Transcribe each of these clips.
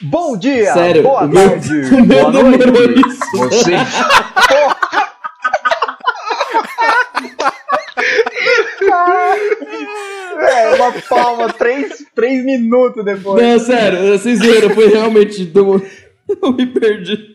Bom dia, sério, boa tarde, boa noite. Você... uma palma, 3 minutos depois. Não, sério, sem zoeira, foi realmente... Eu me perdi.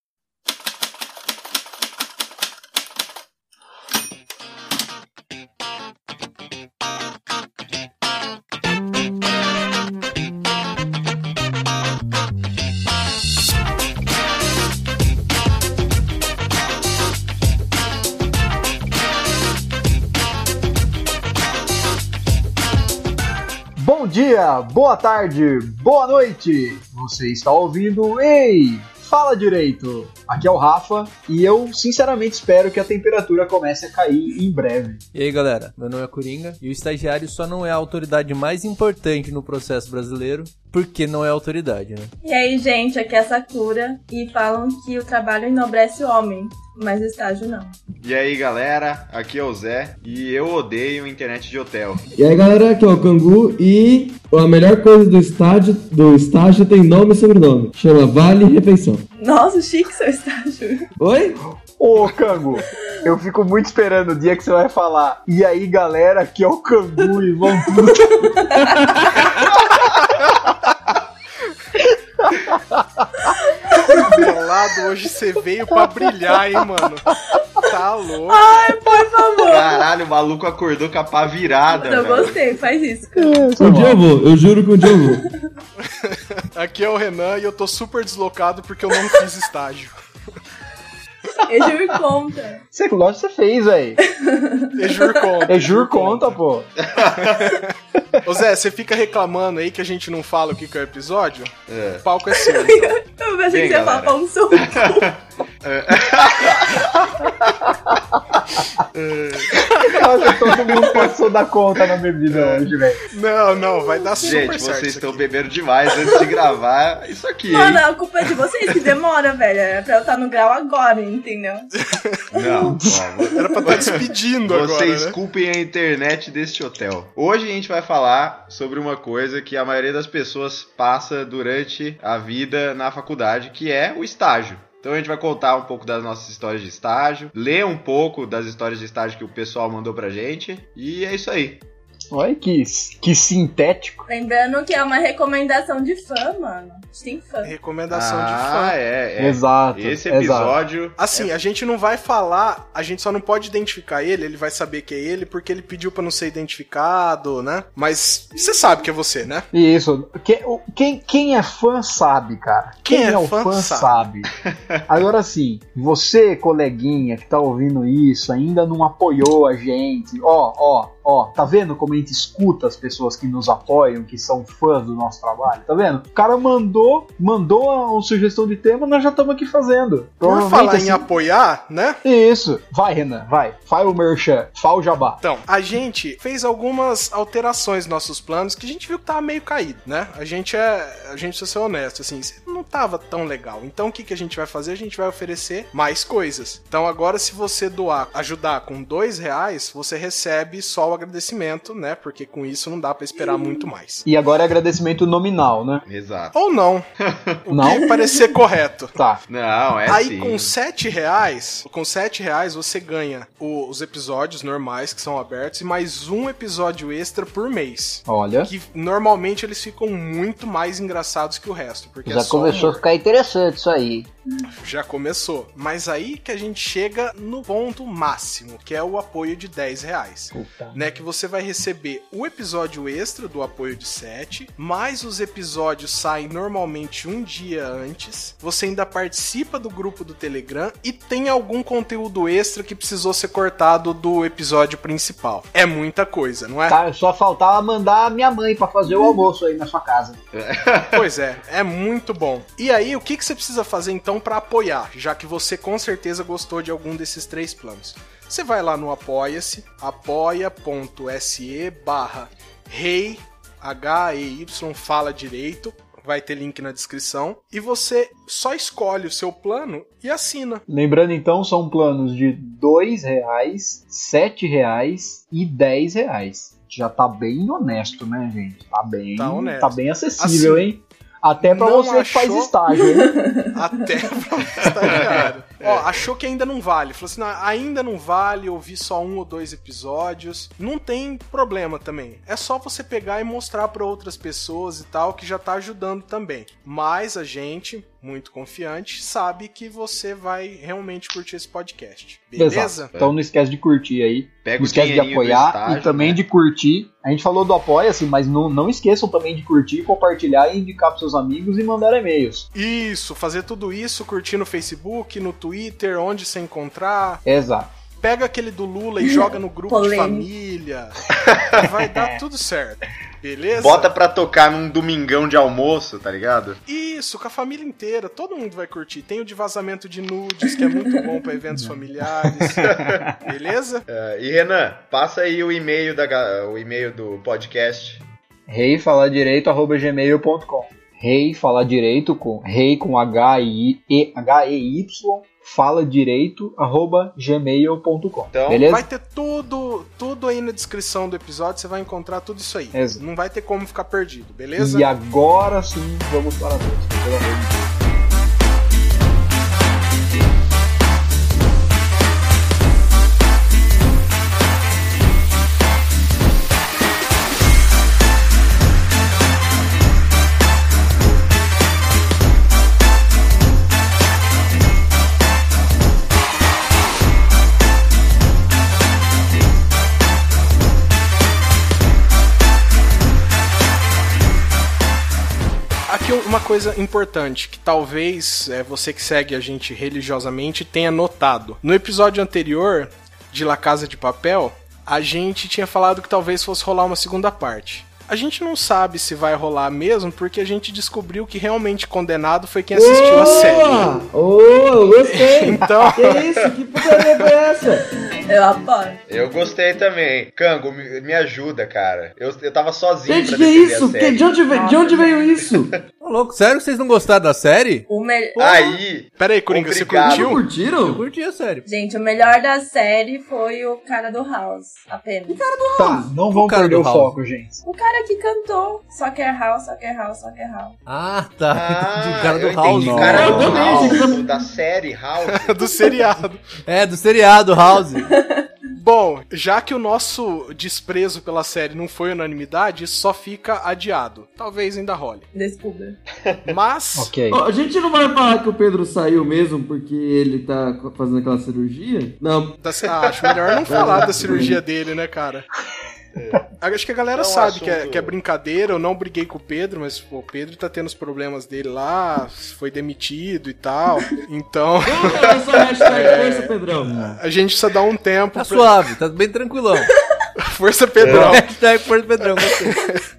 Bom dia, boa tarde, boa noite. Você está ouvindo Ei, Fala Direito. Aqui é o Rafa e eu sinceramente espero que a temperatura comece a cair em breve. E aí galera, meu nome é Coringa e o estagiário só não é a autoridade mais importante no processo brasileiro porque não é autoridade, né? E aí gente, aqui é a Sakura e falam que o trabalho enobrece o homem, mas o estágio não. E aí galera, aqui é o Zé e eu odeio internet de hotel. E aí galera, aqui é o Cangu e a melhor coisa do estágio tem nome e sobrenome. Chama Vale Refeição. Nossa, chique seu estágio. Oi? Ô, Cangu, eu fico muito esperando o dia que você vai falar. E aí galera, aqui é o Cangu e vão tudo... Pelado, hoje você veio pra brilhar, hein, mano? Tá louco. Ai, por favor. Caralho, o maluco acordou com a pá virada, Eu velho. gostei, faz isso, cara. Um dia eu vou, eu juro que um dia eu vou. Aqui é o Renan e eu tô super deslocado porque eu não fiz estágio. Ejur conta. Você, lógico que você fez, velho. Ejur conta. Ejur conta, pô. Ô Zé, você fica reclamando aí que a gente não fala o que é o episódio? É. O palco é seu, então. Eu achei Bem, que você ia falar galera. pão suco. Nossa, todo mundo passou da conta na bebida hoje, velho. Não, vai dar super Gente, certo. vocês isso estão aqui. bebendo demais antes de gravar isso aqui, Mano, hein? a culpa é de vocês que demora, velho. É pra eu estar no grau agora, entendeu? Não, ó, Era pra estar despedindo agora, vocês né? culpem a internet deste hotel. Hoje a gente vai falar sobre uma coisa que a maioria das pessoas passa durante a vida na faculdade, que é o estágio. Então a gente vai contar um pouco das nossas histórias de estágio, ler um pouco das histórias de estágio que o pessoal mandou pra gente, e é isso aí. Olha que sintético. Lembrando que é uma recomendação de fã, mano. A gente tem fã. Recomendação de fã. É. Exato. Esse exato. episódio... Assim, a gente não vai falar, a gente só não pode identificar ele vai saber que é ele porque ele pediu pra não ser identificado, né? Mas você sabe que é você, né? Isso. Quem é fã sabe, cara. Quem é o fã fã sabe. Agora sim, você, coleguinha, que tá ouvindo isso, ainda não apoiou a gente. Ó, tá vendo como a gente escuta as pessoas que nos apoiam, que são fãs do nosso trabalho? Tá vendo? O cara mandou uma sugestão de tema, nós já estamos aqui fazendo. Por falar assim, em apoiar, né? Isso. Vai, Renan, vai. Faz o merchan, faz o jabá. Então, a gente fez algumas alterações nos nossos planos que a gente viu que tava meio caído, né? A gente precisa ser honesto, assim, não tava tão legal. Então, o que a gente vai fazer? A gente vai oferecer mais coisas. Então, agora, se você ajudar com R$2, você recebe só o agradecimento, né? Porque com isso não dá pra esperar muito mais. E agora é agradecimento nominal, né? Exato. Ou não. O Não? que parecer correto. Tá. Não, é Aí sim. com R$7 você ganha os episódios normais que são abertos e mais um episódio extra por mês. Olha. Que normalmente eles ficam muito mais engraçados que o resto. Porque Já é só começou a humor. ficar interessante isso aí. Já começou. Mas aí que a gente chega no ponto máximo, que é o apoio de R$10. Puta. Né, que você vai receber o episódio extra do apoio de 7, mais os episódios saem normalmente um dia antes. Você ainda participa do grupo do Telegram e tem algum conteúdo extra que precisou ser cortado do episódio principal. É muita coisa, não é? Cara, só faltava mandar a minha mãe pra fazer o almoço aí na sua casa. Pois é muito bom. E aí, o que você precisa fazer então para apoiar, já que você com certeza gostou de algum desses 3 planos? Você vai lá no Apoia-se, apoia.se/rei, H-E-Y, fala direito, vai ter link na descrição, e você só escolhe o seu plano e assina. Lembrando então, são planos de R$2, R$7 e R$10. Já tá bem honesto, né, gente? Tá bem, Tá honesto. tá bem acessível, Assim, hein? Até pra Não você que faz achou? estágio, hein? Até pra estagiário. Ó, achou que ainda não vale. Falou assim, não, ainda não vale ouvir só 1 ou 2 episódios. Não tem problema também. É só você pegar e mostrar pra outras pessoas e tal, que já tá ajudando também. Mas a gente, muito confiante, sabe que você vai realmente curtir esse podcast. Beleza? Exato. Então não esquece de curtir aí. Pega Não o esquece de dinheirinho do apoiar estágio, e também né? de curtir. A gente falou do Apoia-se, mas não esqueçam também de curtir, compartilhar e indicar pros seus amigos e mandar e-mails. Isso, fazer tudo isso, curtir no Facebook, no Twitter, onde você encontrar. Exato. Pega aquele do Lula e joga no grupo de Polêmico. família. Vai dar tudo certo. Beleza? Bota pra tocar num domingão de almoço, tá ligado? Isso, com a família inteira. Todo mundo vai curtir. Tem o de vazamento de nudes, que é muito bom pra eventos familiares. Beleza? E Renan, passa aí o e-mail do podcast. reifaladireito@gmail.com. Rei falar direito com rei com H-E-Y, faladireito@gmail.com. Então, beleza? Vai ter tudo aí na descrição do episódio. Você vai encontrar tudo isso aí. Exato. Não vai ter como ficar perdido, beleza? E agora sim, vamos para a música, pelo amor de Deus. Aqui uma coisa importante, que talvez você que segue a gente religiosamente tenha notado. No episódio anterior de La Casa de Papel, a gente tinha falado que talvez fosse rolar uma segunda parte. A gente não sabe se vai rolar mesmo, porque a gente descobriu que realmente condenado foi quem assistiu a série. Eu gostei! Então, Que isso? Que putaria foi essa? Eu apoio. Eu gostei também. Cango, me ajuda, cara. Eu tava sozinho Gente, pra que defender isso? a série. De onde veio isso? Ô, louco, sério que vocês não gostaram da série? Aí, pera aí, Coringa, você Obrigado. curtiu? Eu Curtiram? curti a série. Gente, o melhor da série foi o cara do House, apenas. Tá, não vamos cara perder do o House. foco, gente. O cara que cantou Soccer House, Soccer House, Soccer House. Ah, tá. Entendi, o cara do eu House. entendi. Cara Eu do também, House, gente. da série House. Do seriado. É, do seriado House. Bom, já que o nosso desprezo pela série não foi unanimidade, isso só fica adiado. Talvez ainda role. Desculpa. Mas, Ok. Ó, a gente não vai falar que o Pedro saiu mesmo porque ele tá fazendo aquela cirurgia? Não. acho melhor não falar da cirurgia dele, né, cara? Acho que a galera É um sabe assunto- que é brincadeira. Eu não briguei com o Pedro, mas pô, o Pedro tá tendo os problemas dele lá, foi demitido e tal. Então, Vamos falar essa hashtag Força Pedrão. a gente precisa dar um tempo. Tá suave, tá bem tranquilão. Força Pedrão. Hashtag Porto Pedrão, gostei.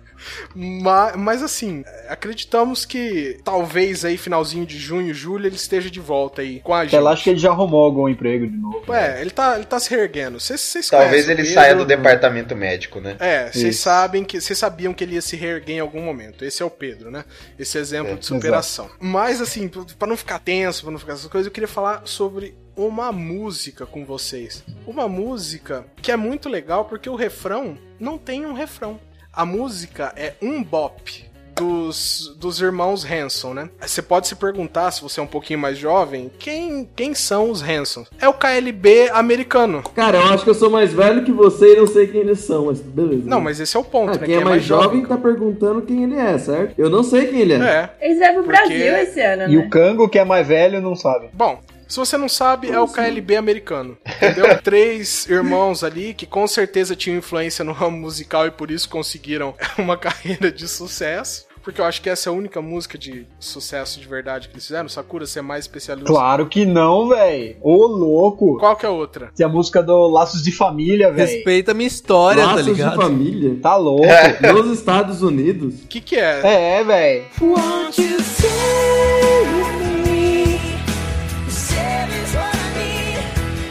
Mas assim, acreditamos que talvez aí finalzinho de junho, julho, ele esteja de volta aí com a gente. Relaxa que ele já arrumou algum emprego de novo. Ele tá se reerguendo. Vocês Talvez conhecem o ele Pedro? saia do departamento médico, né? Vocês Isso. sabiam que ele ia se reerguer em algum momento. Esse é o Pedro, né? Esse exemplo de superação. Mas assim, pra não ficar tenso, pra não ficar essas coisas, eu queria falar sobre uma música com vocês. Uma música que é muito legal porque o refrão não tem um refrão. A música é um bop dos irmãos Hanson, né? Você pode se perguntar, se você é um pouquinho mais jovem, quem são os Hanson? É o KLB americano. Cara, eu acho que eu sou mais velho que você e não sei quem eles são, mas beleza. Não, mas esse é o ponto, né? Quem é mais jovem tá perguntando quem ele é, certo? Eu não sei quem ele é. É. Eles vieram pro Porque- Brasil esse ano, E né? o Kango, que é mais velho, não sabe. Bom, se você não sabe, é o KLB americano, entendeu? 3 irmãos ali que com certeza tinham influência no ramo musical e por isso conseguiram uma carreira de sucesso. Porque eu acho que essa é a única música de sucesso de verdade que eles fizeram. Sakura, você é mais especialista. Claro que não, velho. Ô, louco. Qual que é a outra? Tem a música do Laços de Família, velho. Respeita a minha história, Laços tá ligado? de família. Tá louco. Nos Estados Unidos. O que é? É, velho. Won't you stay with me? Said is what I need.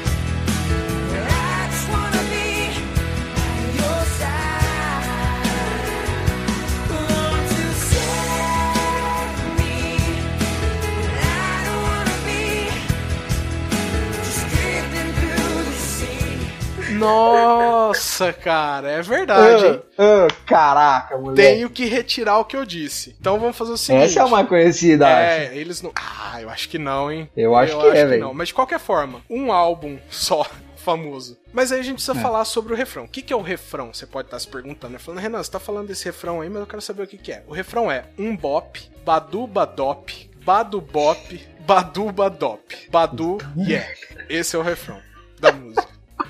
I just wanna be on your side. Won't you save me? I don't wanna be just drifting through the sea. Nossa! Nossa, cara, é verdade, hein? Caraca, moleque. Tenho que retirar o que eu disse. Então vamos fazer o seguinte. Essa é uma conhecida, acho. Eles não... Ah, eu acho que não, hein? Eu acho que é, velho. não. Mas de qualquer forma, um álbum só famoso. Mas aí a gente precisa falar sobre o refrão. O que é o refrão? Você pode estar se perguntando, né? Falando, Renan, você tá falando desse refrão aí, mas eu quero saber o que é. O refrão é um bop, badu badop, badu bop, badu badop, badu yeah. Esse é o refrão da música.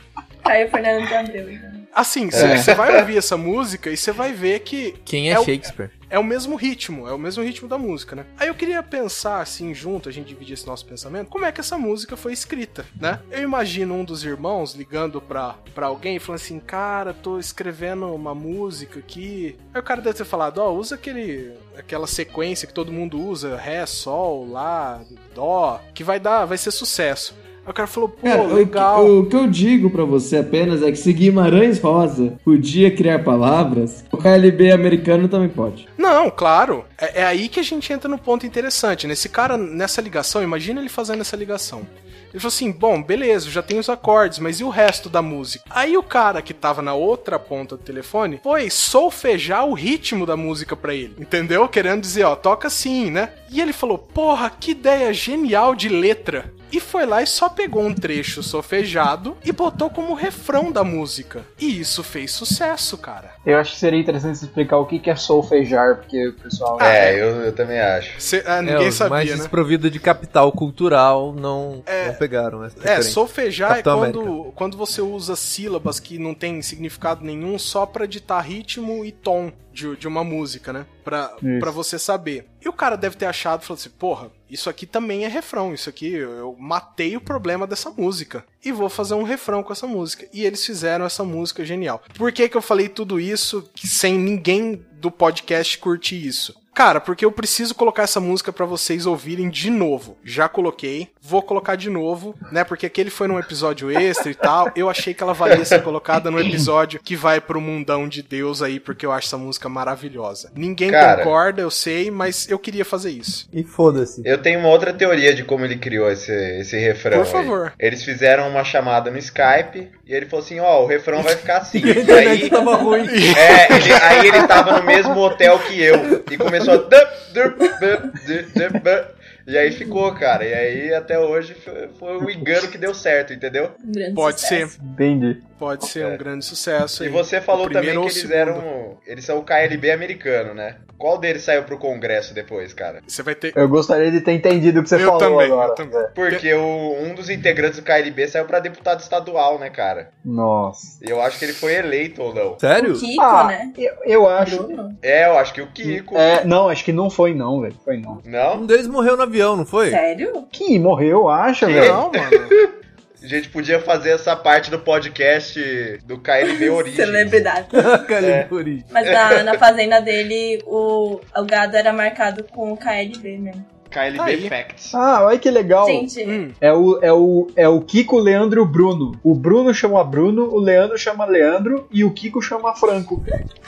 Caio Fernando de Abreu, então. Assim, você vai ouvir essa música e você vai ver que... Quem é Shakespeare? É o mesmo ritmo da música, né? Aí eu queria pensar, assim, junto, a gente dividir esse nosso pensamento, como é que essa música foi escrita, né? Eu imagino um dos irmãos ligando pra alguém e falando assim, cara, tô escrevendo uma música aqui. Aí o cara deve ter falado, usa aquela sequência que todo mundo usa, Ré, Sol, Lá, Dó, que vai ser sucesso. Aí o cara falou, pô, Cara, legal. O que eu digo pra você apenas é que se Guimarães Rosa podia criar palavras, o KLB americano também pode. Não, claro. É aí que a gente entra no ponto interessante, né? Esse cara, nessa ligação, imagina ele fazendo essa ligação. Ele falou assim, bom, beleza, eu já tenho os acordes, mas e o resto da música? Aí o cara que tava na outra ponta do telefone foi solfejar o ritmo da música pra ele, entendeu? Querendo dizer, toca assim, né? E ele falou, porra, que ideia genial de letra. E foi lá e só pegou um trecho solfejado e botou como refrão da música. E isso fez sucesso, cara. Eu acho que seria interessante você explicar o que é solfejar, porque o pessoal... Eu também acho. Ninguém sabia, mais né? desprovido de capital cultural não pegaram essa referência. Solfejar Capitão é quando você usa sílabas que não tem significado nenhum só pra ditar ritmo e tom de uma música, né? Pra você saber. E o cara deve ter achado, falou assim, porra, isso aqui também é refrão, isso aqui, eu matei o problema dessa música e vou fazer um refrão com essa música. E eles fizeram essa música genial. Por que eu falei tudo isso sem ninguém do podcast curtir isso? Cara, porque eu preciso colocar essa música pra vocês ouvirem de novo. Já coloquei, vou colocar de novo, né? Porque aquele foi num episódio extra e tal. Eu achei que ela valia ser colocada no episódio que vai pro mundão de Deus aí, porque eu acho essa música maravilhosa. Ninguém concorda, eu sei, mas eu queria fazer isso. E foda-se. Eu tenho uma outra teoria de como ele criou esse refrão. Por favor. Aí. Eles fizeram uma chamada no Skype e ele falou assim, o refrão vai ficar assim. E a internet tava ruim. Aí ele tava no mesmo hotel que eu e começou a... E aí ficou, cara. E aí até hoje foi o engano que deu certo, entendeu? Pode sucesso. ser. Entendi. Pode ser um grande sucesso. E você falou também que eles são o KLB americano, né? Qual deles saiu pro Congresso depois, cara? Você vai ter... Eu gostaria de ter entendido o que você falou também, agora. Eu também. Porque um dos integrantes do KLB saiu pra deputado estadual, né, cara? Nossa. E eu acho que ele foi eleito ou não. Sério? O Kiko, né? Eu acho. Bruno. Eu acho que o Kiko. Não, acho que não foi não, velho. Foi não. Não? Um deles morreu no avião, não foi? Sério? Que morreu, acha, velho? Não, mano. A gente podia fazer essa parte do podcast do KLB Origins. Celebridade. KLB. Mas na fazenda dele, o gado era marcado com o KLB mesmo. KLB Aí. Facts. Olha que legal. Gente, É o Kiko, o Leandro e o Bruno. O Bruno chama Bruno, o Leandro chama Leandro e o Kiko chama Franco.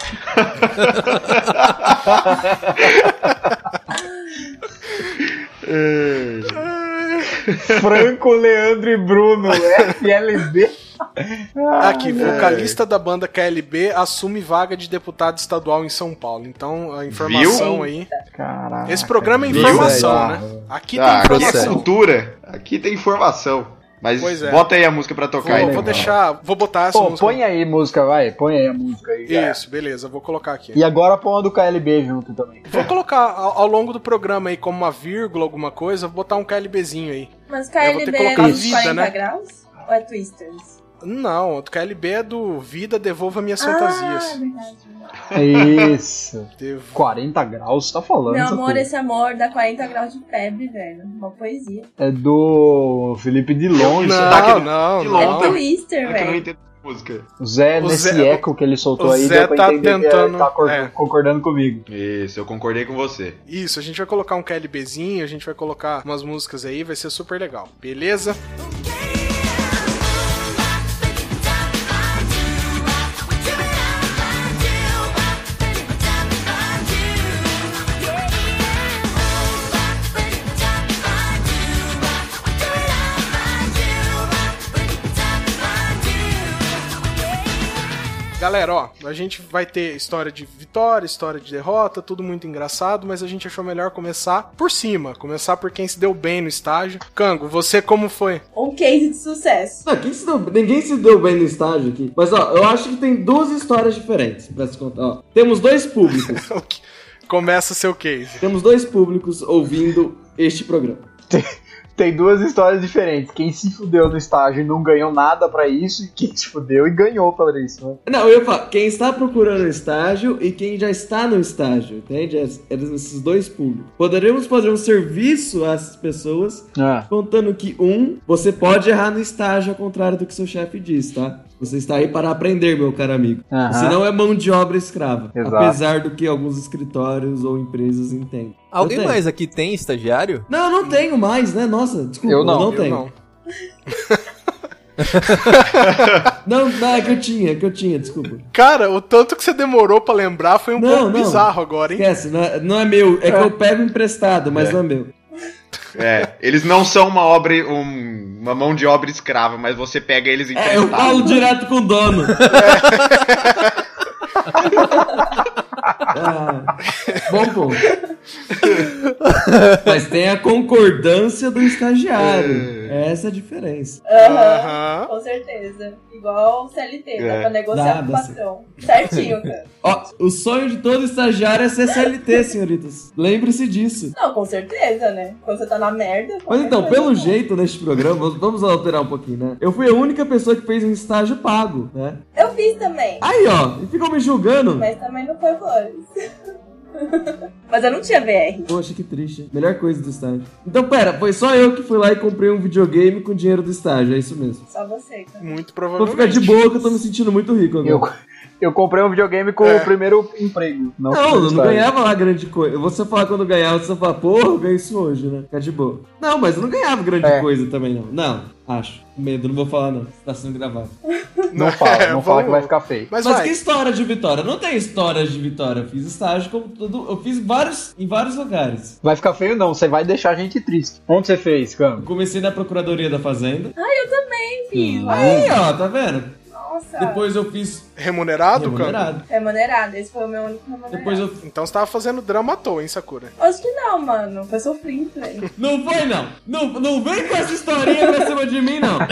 Franco, Leandro e Bruno, FLB. Aqui, vocalista da banda KLB assume vaga de deputado estadual em São Paulo. Então, a informação aí... Caraca. Esse programa é informação, né? Aqui tem Aqui é informação. cultura. Aqui tem informação. Mas Pois é. bota aí a música pra tocar aí. Vou botar essa Pô, música. põe aí música, vai. Põe aí a música aí. já. Isso, beleza, vou colocar aqui. E agora põe a do KLB junto também. Vou colocar ao longo do programa aí, como uma vírgula, alguma coisa, vou botar um KLBzinho aí. mas Eu vou ter KLB que é colocar dos vida, 40 né? graus? Ou é Twisters? Não, o KLB é do Vida Devolva Minhas Fantasias. Verdade. Isso. 40 graus, você tá falando? Meu essa amor, coisa. esse amor dá 40 graus de febre, velho. Uma poesia. É do Felipe Dilon. Não, de não. É longe. Twister, É que eu não velho. entendo música. O Zé, O nesse Zé- eco que ele soltou o aí, Zé deu pra tá entender tentando- que ele tá é. concordando comigo. Isso, eu concordei com você. Isso, a gente vai colocar um KLBzinho, a gente vai colocar umas músicas aí, vai ser super legal. Beleza? Galera, ó, a gente vai ter história de vitória, história de derrota, tudo muito engraçado, mas a gente achou melhor começar por cima, começar por quem se deu bem no estágio. Cango, você como foi? Um case de sucesso. Não, ninguém se deu bem no estágio aqui. Mas, ó, eu acho que tem duas histórias diferentes pra se contar. Ó, temos dois públicos. Começa o seu case. Temos dois públicos ouvindo este programa. Tem duas histórias diferentes. Quem se fudeu no estágio e não ganhou nada pra isso, e quem se fudeu e ganhou pra isso, né? Não, eu ia falar, quem está procurando estágio e quem já está no estágio, entende? Esses dois públicos. Poderemos fazer um serviço a essas pessoas, contando que, você pode errar no estágio ao contrário do que seu chefe diz, tá? Você está aí para aprender, meu caro amigo. Você não é mão de obra escrava. Exato. Apesar do que alguns escritórios ou empresas entendem. Alguém mais aqui tem estagiário? Não, eu não tenho mais, né? Nossa, desculpa, Eu não tenho. Não, é que eu tinha, desculpa. Cara, o tanto que você demorou pra lembrar foi um pouco bizarro agora, hein? Esquece, não é meu. É que eu pego emprestado, mas não é meu. Eles não são uma mão de obra escrava, mas você pega eles emprestados. Eu falo direto com o dono. Bom ponto. Mas tem a concordância do estagiário. Essa é a diferença. Com certeza. Igual CLT, dá pra negociar com o patrão. Certinho, cara. Ó, o sonho de todo estagiário é ser CLT, senhoritas. Lembre-se disso. Não, com certeza, né? Quando você tá na merda... Mas então, pelo jeito neste programa, vamos alterar um pouquinho, né? Eu fui a única pessoa que fez um estágio pago, né? Eu fiz também. Aí, ó, e ficou me julgando. Mas também não foi flores. Mas eu não tinha VR. Poxa, que triste. Melhor coisa do estágio. Então, pera, foi só eu que fui lá e comprei um videogame com dinheiro do estágio, é isso mesmo. Só você, cara. Muito Vou provavelmente. ficar de boa que eu tô me sentindo muito rico agora. Eu comprei um videogame com o primeiro emprego. Não, eu não ganhava lá grande coisa. Você falar quando eu ganhava, você fala, porra, eu ganhei isso hoje, né? Ficar de boa. Não, mas eu não ganhava grande coisa também, não. Não, acho. Medo, não vou falar não. Tá sendo gravado. Não fala que vai ficar feio. Mas que história de vitória? Não tem história de vitória. Eu fiz estágio como tudo. Eu fiz em vários lugares. Vai ficar feio não, você vai deixar a gente triste. Onde você fez, Eu Cam? comecei na Procuradoria da Fazenda. Eu também fiz. Aí, ó, tá vendo? Nossa. Depois eu fiz Remunerado, remunerado. Remunerado, esse foi o meu único remunerado. Depois eu... Então você tava fazendo drama à toa, hein, Sakura? Acho que não, mano. Foi sofrido, velho. Não foi, não. Não vem com essa historinha pra cima de mim, não.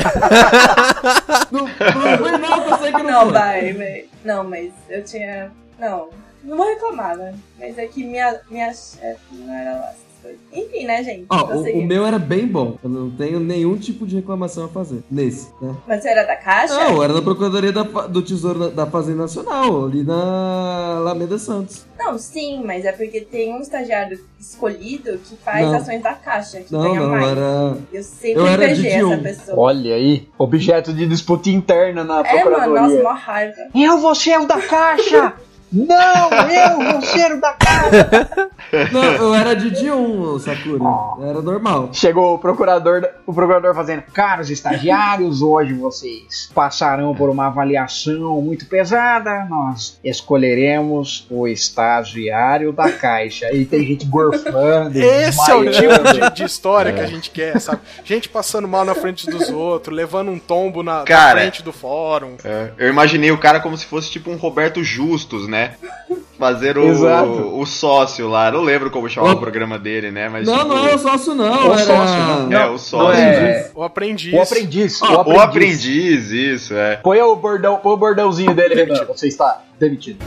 Não vem, não, que eu sei que não foi. Vai, velho. Não, mas eu tinha... Não vou reclamar, né? Mas é que minha chefe não era lá. Enfim, né, gente? Ó, o meu era bem bom. Eu não tenho nenhum tipo de reclamação a fazer. Nesse, né? Mas você era da Caixa? Não, era na Procuradoria do Tesouro da Fazenda Nacional, ali na Alameda Santos. Não, sim, mas é porque tem um estagiário escolhido que faz ações da Caixa, que Não, ganha mais. era... Eu sempre era invejei de essa um. pessoa. Olha aí, objeto de disputa interna na Mano, Procuradoria. nossa, mó raiva. Eu vou ser o da Caixa! Não, eu vou ser o da Caixa! Não, eu era de D1, Sakura. Era normal. Chegou o procurador fazendo: caros estagiários, hoje vocês passarão por uma avaliação muito pesada. Nós escolheremos o estagiário da Caixa. E tem gente gorfando. Esse é o desmaiando. tipo de história que a gente quer, sabe? Gente passando mal na frente dos outros, levando um tombo na frente do fórum. Eu imaginei o cara como se fosse tipo um Roberto Justus, né? Fazer o sócio lá. Não lembro como chamava o programa dele, né? Mas, não é o sócio, não. O sócio, não. O sócio. O aprendiz. O aprendiz. O aprendiz, isso, Põe o bordãozinho dele, Renan. Você está demitido.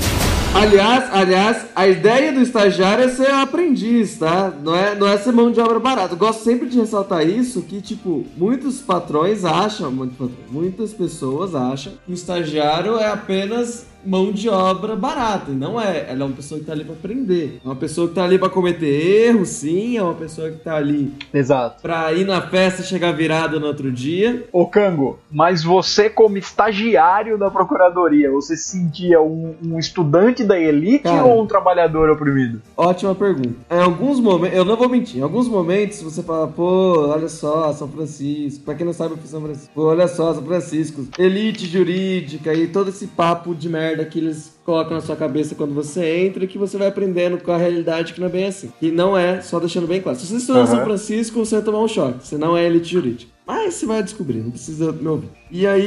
Aliás, a ideia do estagiário é ser aprendiz, tá? Não é ser mão de obra barata. Eu gosto sempre de ressaltar isso, que, tipo, muitos patrões acham, muitas pessoas acham que o estagiário é apenas mão de obra barata, e não é. Ela é uma pessoa que tá ali pra aprender. É uma pessoa que tá ali pra cometer erros, sim. É uma pessoa que tá ali pra ir na festa e chegar virada no outro dia. Ô, Cango, mas você como estagiário da Procuradoria, você se sentia um estudante da elite, cara, ou um trabalhador oprimido? Ótima pergunta. Em alguns momentos, eu não vou mentir, em alguns momentos você fala, pô, olha só, São Francisco. Pra quem não sabe, eu fui São Francisco. Pô, olha só, São Francisco. Elite jurídica e todo esse papo de merda que eles colocam na sua cabeça quando você entra, e que você vai aprendendo com a realidade, que não é bem assim. E não é, só deixando bem claro. Se você estudar em São Francisco, você vai tomar um choque. Você não é elite jurídica. Mas você vai descobrir, não precisa me ouvir. E aí,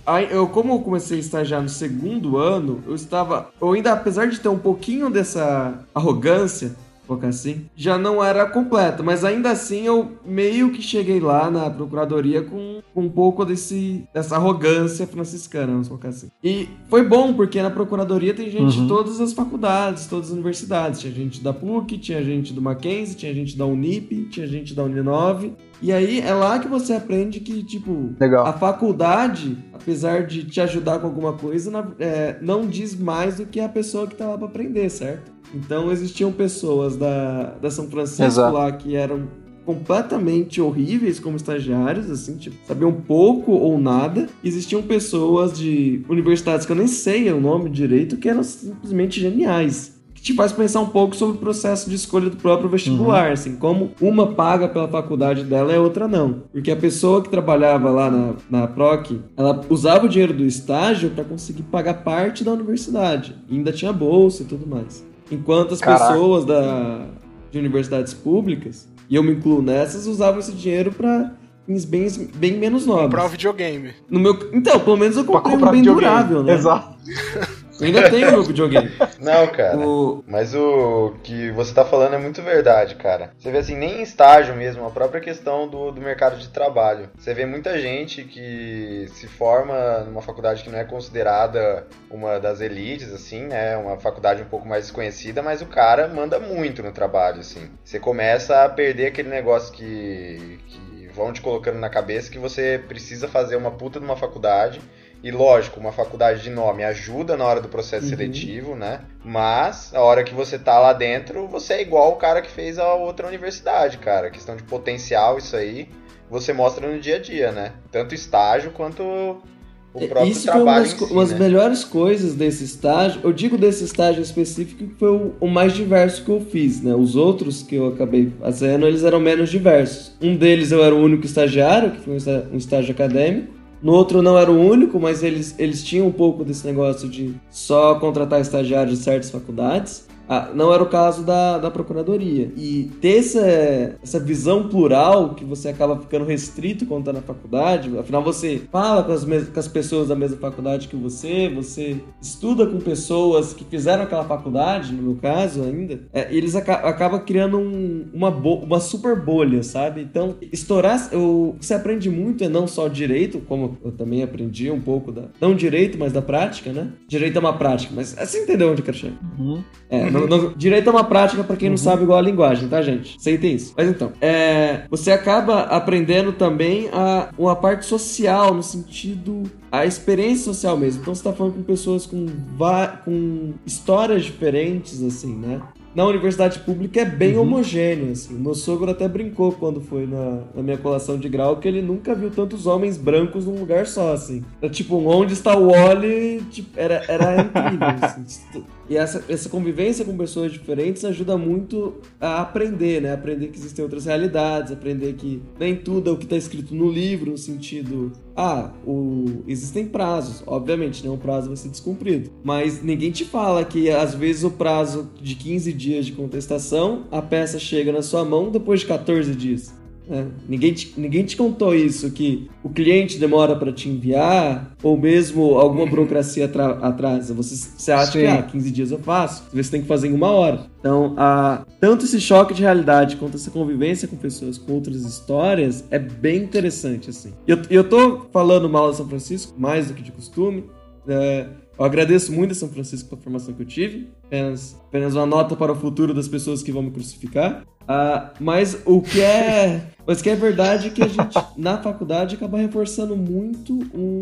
Aí, como eu comecei a estagiar no segundo ano, eu ainda, apesar de ter um pouquinho dessa arrogância, colocar assim, já não era completa, mas ainda assim eu meio que cheguei lá na procuradoria com um pouco dessa arrogância franciscana, vamos colocar assim. E foi bom, porque na procuradoria tem gente de todas as faculdades, todas as universidades. Tinha gente da PUC, tinha gente do Mackenzie, tinha gente da Unip, tinha gente da Uninove. E aí é lá que você aprende que, tipo, Legal. a faculdade, apesar de te ajudar com alguma coisa, não diz mais do que a pessoa que tá lá pra aprender, certo? Então existiam pessoas da São Francisco Exato. lá que eram completamente horríveis como estagiários, assim, tipo, sabiam pouco ou nada. Existiam pessoas de universidades que eu nem sei o nome direito, que eram simplesmente geniais. Que te faz pensar um pouco sobre o processo de escolha do próprio vestibular, assim, como uma paga pela faculdade dela e a outra não. Porque a pessoa que trabalhava lá na PROC, ela usava o dinheiro do estágio para conseguir pagar parte da universidade. E ainda tinha bolsa e tudo mais. Enquanto as pessoas de universidades públicas, e eu me incluo nessas, usavam esse dinheiro para fins bem menos nobres. Comprar um videogame. Então, pelo menos eu comprei um bem durável, né? Exato. Eu ainda tenho meu videogame. Não, cara. Mas o que você tá falando é muito verdade, cara. Você vê assim, nem em estágio mesmo, a própria questão do mercado de trabalho. Você vê muita gente que se forma numa faculdade que não é considerada uma das elites, assim, né? Uma faculdade um pouco mais desconhecida, mas o cara manda muito no trabalho, assim. Você começa a perder aquele negócio que vão te colocando na cabeça que você precisa fazer uma puta de uma faculdade. E lógico, uma faculdade de nome ajuda na hora do processo seletivo, né? Mas a hora que você tá lá dentro, você é igual o cara que fez a outra universidade, cara. Questão de potencial, isso aí, você mostra no dia a dia, né? Tanto estágio quanto o próprio isso trabalho foi uma das melhores coisas desse estágio. Eu digo desse estágio específico que foi o mais diverso que eu fiz, né? Os outros que eu acabei fazendo, eles eram menos diversos. Um deles eu era o único estagiário, que foi um estágio acadêmico. No outro não era o único, mas eles tinham um pouco desse negócio de só contratar estagiários de certas faculdades. Não era o caso da procuradoria. E ter essa visão plural, que você acaba ficando restrito quando está na faculdade, afinal você fala com as pessoas da mesma faculdade que você estuda com pessoas que fizeram aquela faculdade, no meu caso ainda, e eles acabam criando uma super bolha, sabe? Então, você aprende muito, não só direito, como eu também aprendi um pouco não direito, mas da prática, né? Direito é uma prática, mas você entendeu onde eu quero chegar. Direito é uma prática pra quem não sabe igual a linguagem, tá, gente? Aceitem isso. Mas então, você acaba aprendendo também uma parte social, no sentido... a experiência social mesmo. Então você tá falando com pessoas com histórias diferentes, assim, né? Na universidade pública é bem homogêneo, assim. O meu sogro até brincou quando foi na minha colação de grau que ele nunca viu tantos homens brancos num lugar só, assim. Tipo, onde está o Wally, tipo, era incrível, assim. E essa convivência com pessoas diferentes ajuda muito a aprender, né? Aprender que existem outras realidades, aprender que nem tudo é o que está escrito no livro, no sentido... existem prazos. Obviamente, nenhum prazo vai ser descumprido. Mas ninguém te fala que, às vezes, o prazo de 15 dias de contestação, a peça chega na sua mão depois de 14 dias. Ninguém te contou isso, que o cliente demora para te enviar, ou mesmo alguma burocracia atrasa. Você acha que 15 dias eu faço, você tem que fazer em 1 hora. Então, tanto esse choque de realidade quanto essa convivência com pessoas com outras histórias é bem interessante, assim. Eu tô falando mal de São Francisco, mais do que de costume. Eu agradeço muito a São Francisco pela formação que eu tive. Apenas uma nota para o futuro das pessoas que vão me crucificar. Mas o que é verdade é que a gente, na faculdade, acaba reforçando muito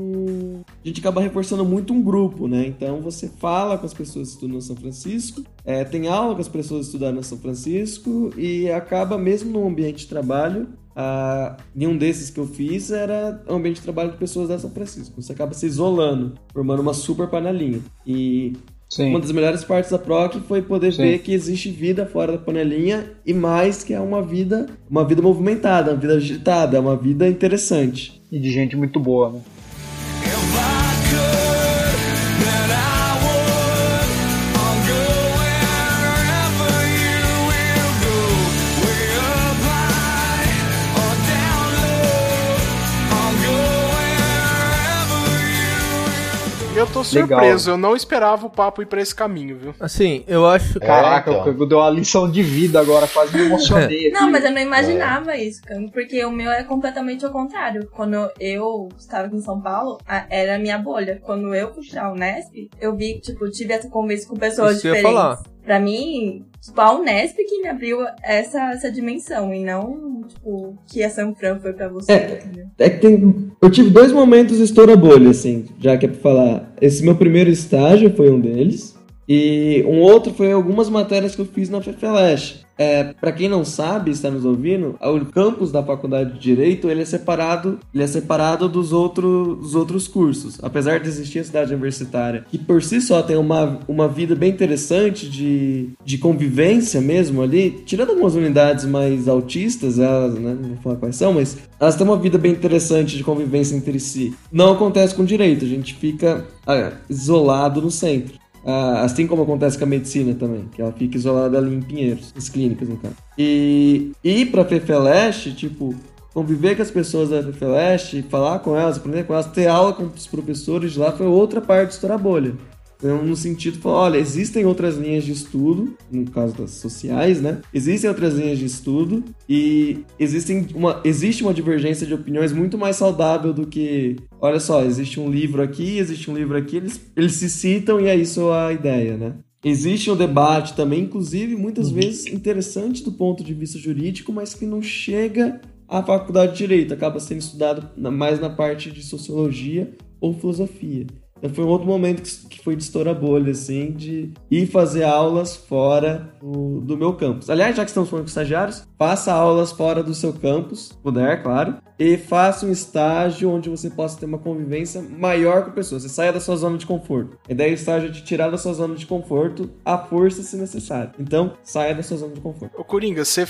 um grupo, né? Então, você fala com as pessoas que estudam na São Francisco, tem aula com as pessoas que estudaram na São Francisco e acaba mesmo no ambiente de trabalho. Nenhum desses que eu fiz era um ambiente de trabalho de pessoas da São Francisco. Você acaba se isolando, formando uma super panelinha. E uma das melhores partes da PROC foi poder ver que existe vida fora da panelinha e mais, que é uma vida movimentada, uma vida agitada, uma vida interessante. E de gente muito boa, né? tô surpreso, eu não esperava o papo ir pra esse caminho, viu? Assim, eu acho... Caraca, então. eu dei uma lição de vida agora, quase me emocionei. Não, aqui. mas eu não imaginava isso, cara, porque o meu é completamente ao contrário. Quando eu estava aqui em São Paulo, era a minha bolha. Quando eu fui pra Unesp, eu vi, tipo, tive essa conversa com pessoas Isso que eu ia diferentes. falar. Pra mim, tipo, a Unesp que me abriu essa dimensão, e não, tipo, que a Sanfran foi pra você, entendeu? É que eu tive 2 momentos estoura bolha, assim, já que é pra falar. Esse meu primeiro estágio foi um deles, e um outro foi algumas matérias que eu fiz na FEFELESH. Pra quem não sabe, está nos ouvindo, o campus da Faculdade de Direito, ele é separado dos outros cursos. Apesar de existir a cidade universitária, que por si só tem uma vida bem interessante de convivência mesmo ali, tirando algumas unidades mais autistas, elas, né, não vou falar quais são, mas elas têm uma vida bem interessante de convivência entre si. Não acontece com direito, a gente fica isolado no centro. Assim como acontece com a medicina também, que ela fica isolada ali em Pinheiros, nas clínicas, no caso. E ir pra FEFELESH, tipo, conviver com as pessoas da FEFELESH, falar com elas, aprender com elas, ter aula com os professores de lá, foi outra parte de estourar a bolha. Então, no sentido de falar, olha, existem outras linhas de estudo, no caso das sociais, né? Existem outras linhas de estudo e existe uma divergência de opiniões muito mais saudável do que, olha só, existe um livro aqui, eles se citam e é isso a ideia, né? Existe um debate também, inclusive, muitas vezes interessante do ponto de vista jurídico, mas que não chega à faculdade de Direito, acaba sendo estudado mais na parte de sociologia ou filosofia. Então foi um outro momento que foi de estourar bolha, assim, de ir fazer aulas fora do meu campus. Aliás, já que estamos falando com estagiários, faça aulas fora do seu campus, se puder, claro, e faça um estágio onde você possa ter uma convivência maior com pessoas. Você saia da sua zona de conforto. A ideia do estágio é te tirar da sua zona de conforto à força, se necessário. Então, saia da sua zona de conforto. Ô, Coringa, você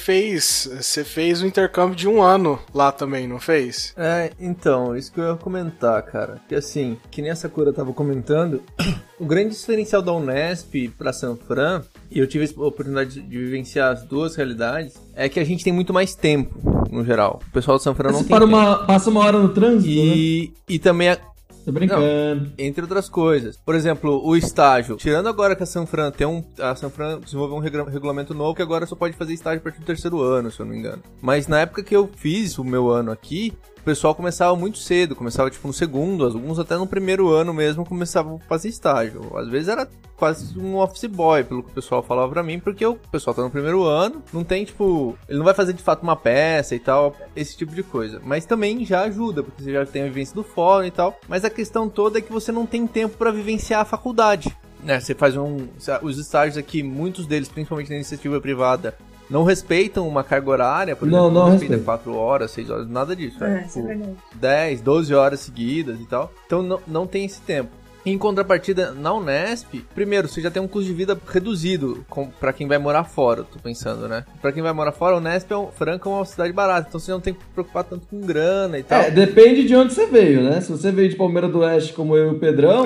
fez um intercâmbio de 1 ano lá também, não fez? Então, isso que eu ia comentar, cara. Que assim, que nem a Sakura tava comentando, o grande diferencial da Unesp pra Sanfran, e eu tive a oportunidade de vivenciar as duas realidades, é que a gente tem muito mais tempo, no geral. O pessoal da Sanfran não tem tempo. Passa uma hora no trânsito, né? E também... Tô brincando. Não, entre outras coisas. Por exemplo, o estágio. Tirando agora que a Sanfran a Sanfran desenvolveu um regulamento novo que agora só pode fazer estágio a partir do 3º ano, se eu não me engano. Mas na época que eu fiz o meu ano aqui, o pessoal começava muito cedo, começava tipo no 2º, alguns até no 1º ano mesmo começavam a fazer estágio. Às vezes era quase um office boy, pelo que o pessoal falava pra mim, porque o pessoal tá no 1º ano, não tem tipo, ele não vai fazer de fato uma peça e tal, esse tipo de coisa. Mas também já ajuda, porque você já tem a vivência do fórum e tal, mas a questão toda é que você não tem tempo pra vivenciar a faculdade. Né, você faz os estágios aqui, muitos deles, principalmente na iniciativa privada, não respeitam uma carga horária, por exemplo, não respeita 4 horas, 6 horas, nada disso. Isso é verdade. 10, 12 horas seguidas e tal. Então não tem esse tempo. Em contrapartida, na Unesp, primeiro, você já tem um custo de vida reduzido pra quem vai morar fora, eu tô pensando, né? Pra quem vai morar fora, a Unesp Franca é uma cidade barata, então você não tem que se preocupar tanto com grana e tal. Depende de onde você veio, né? Se você veio de Palmeira do Oeste como eu e o Pedrão...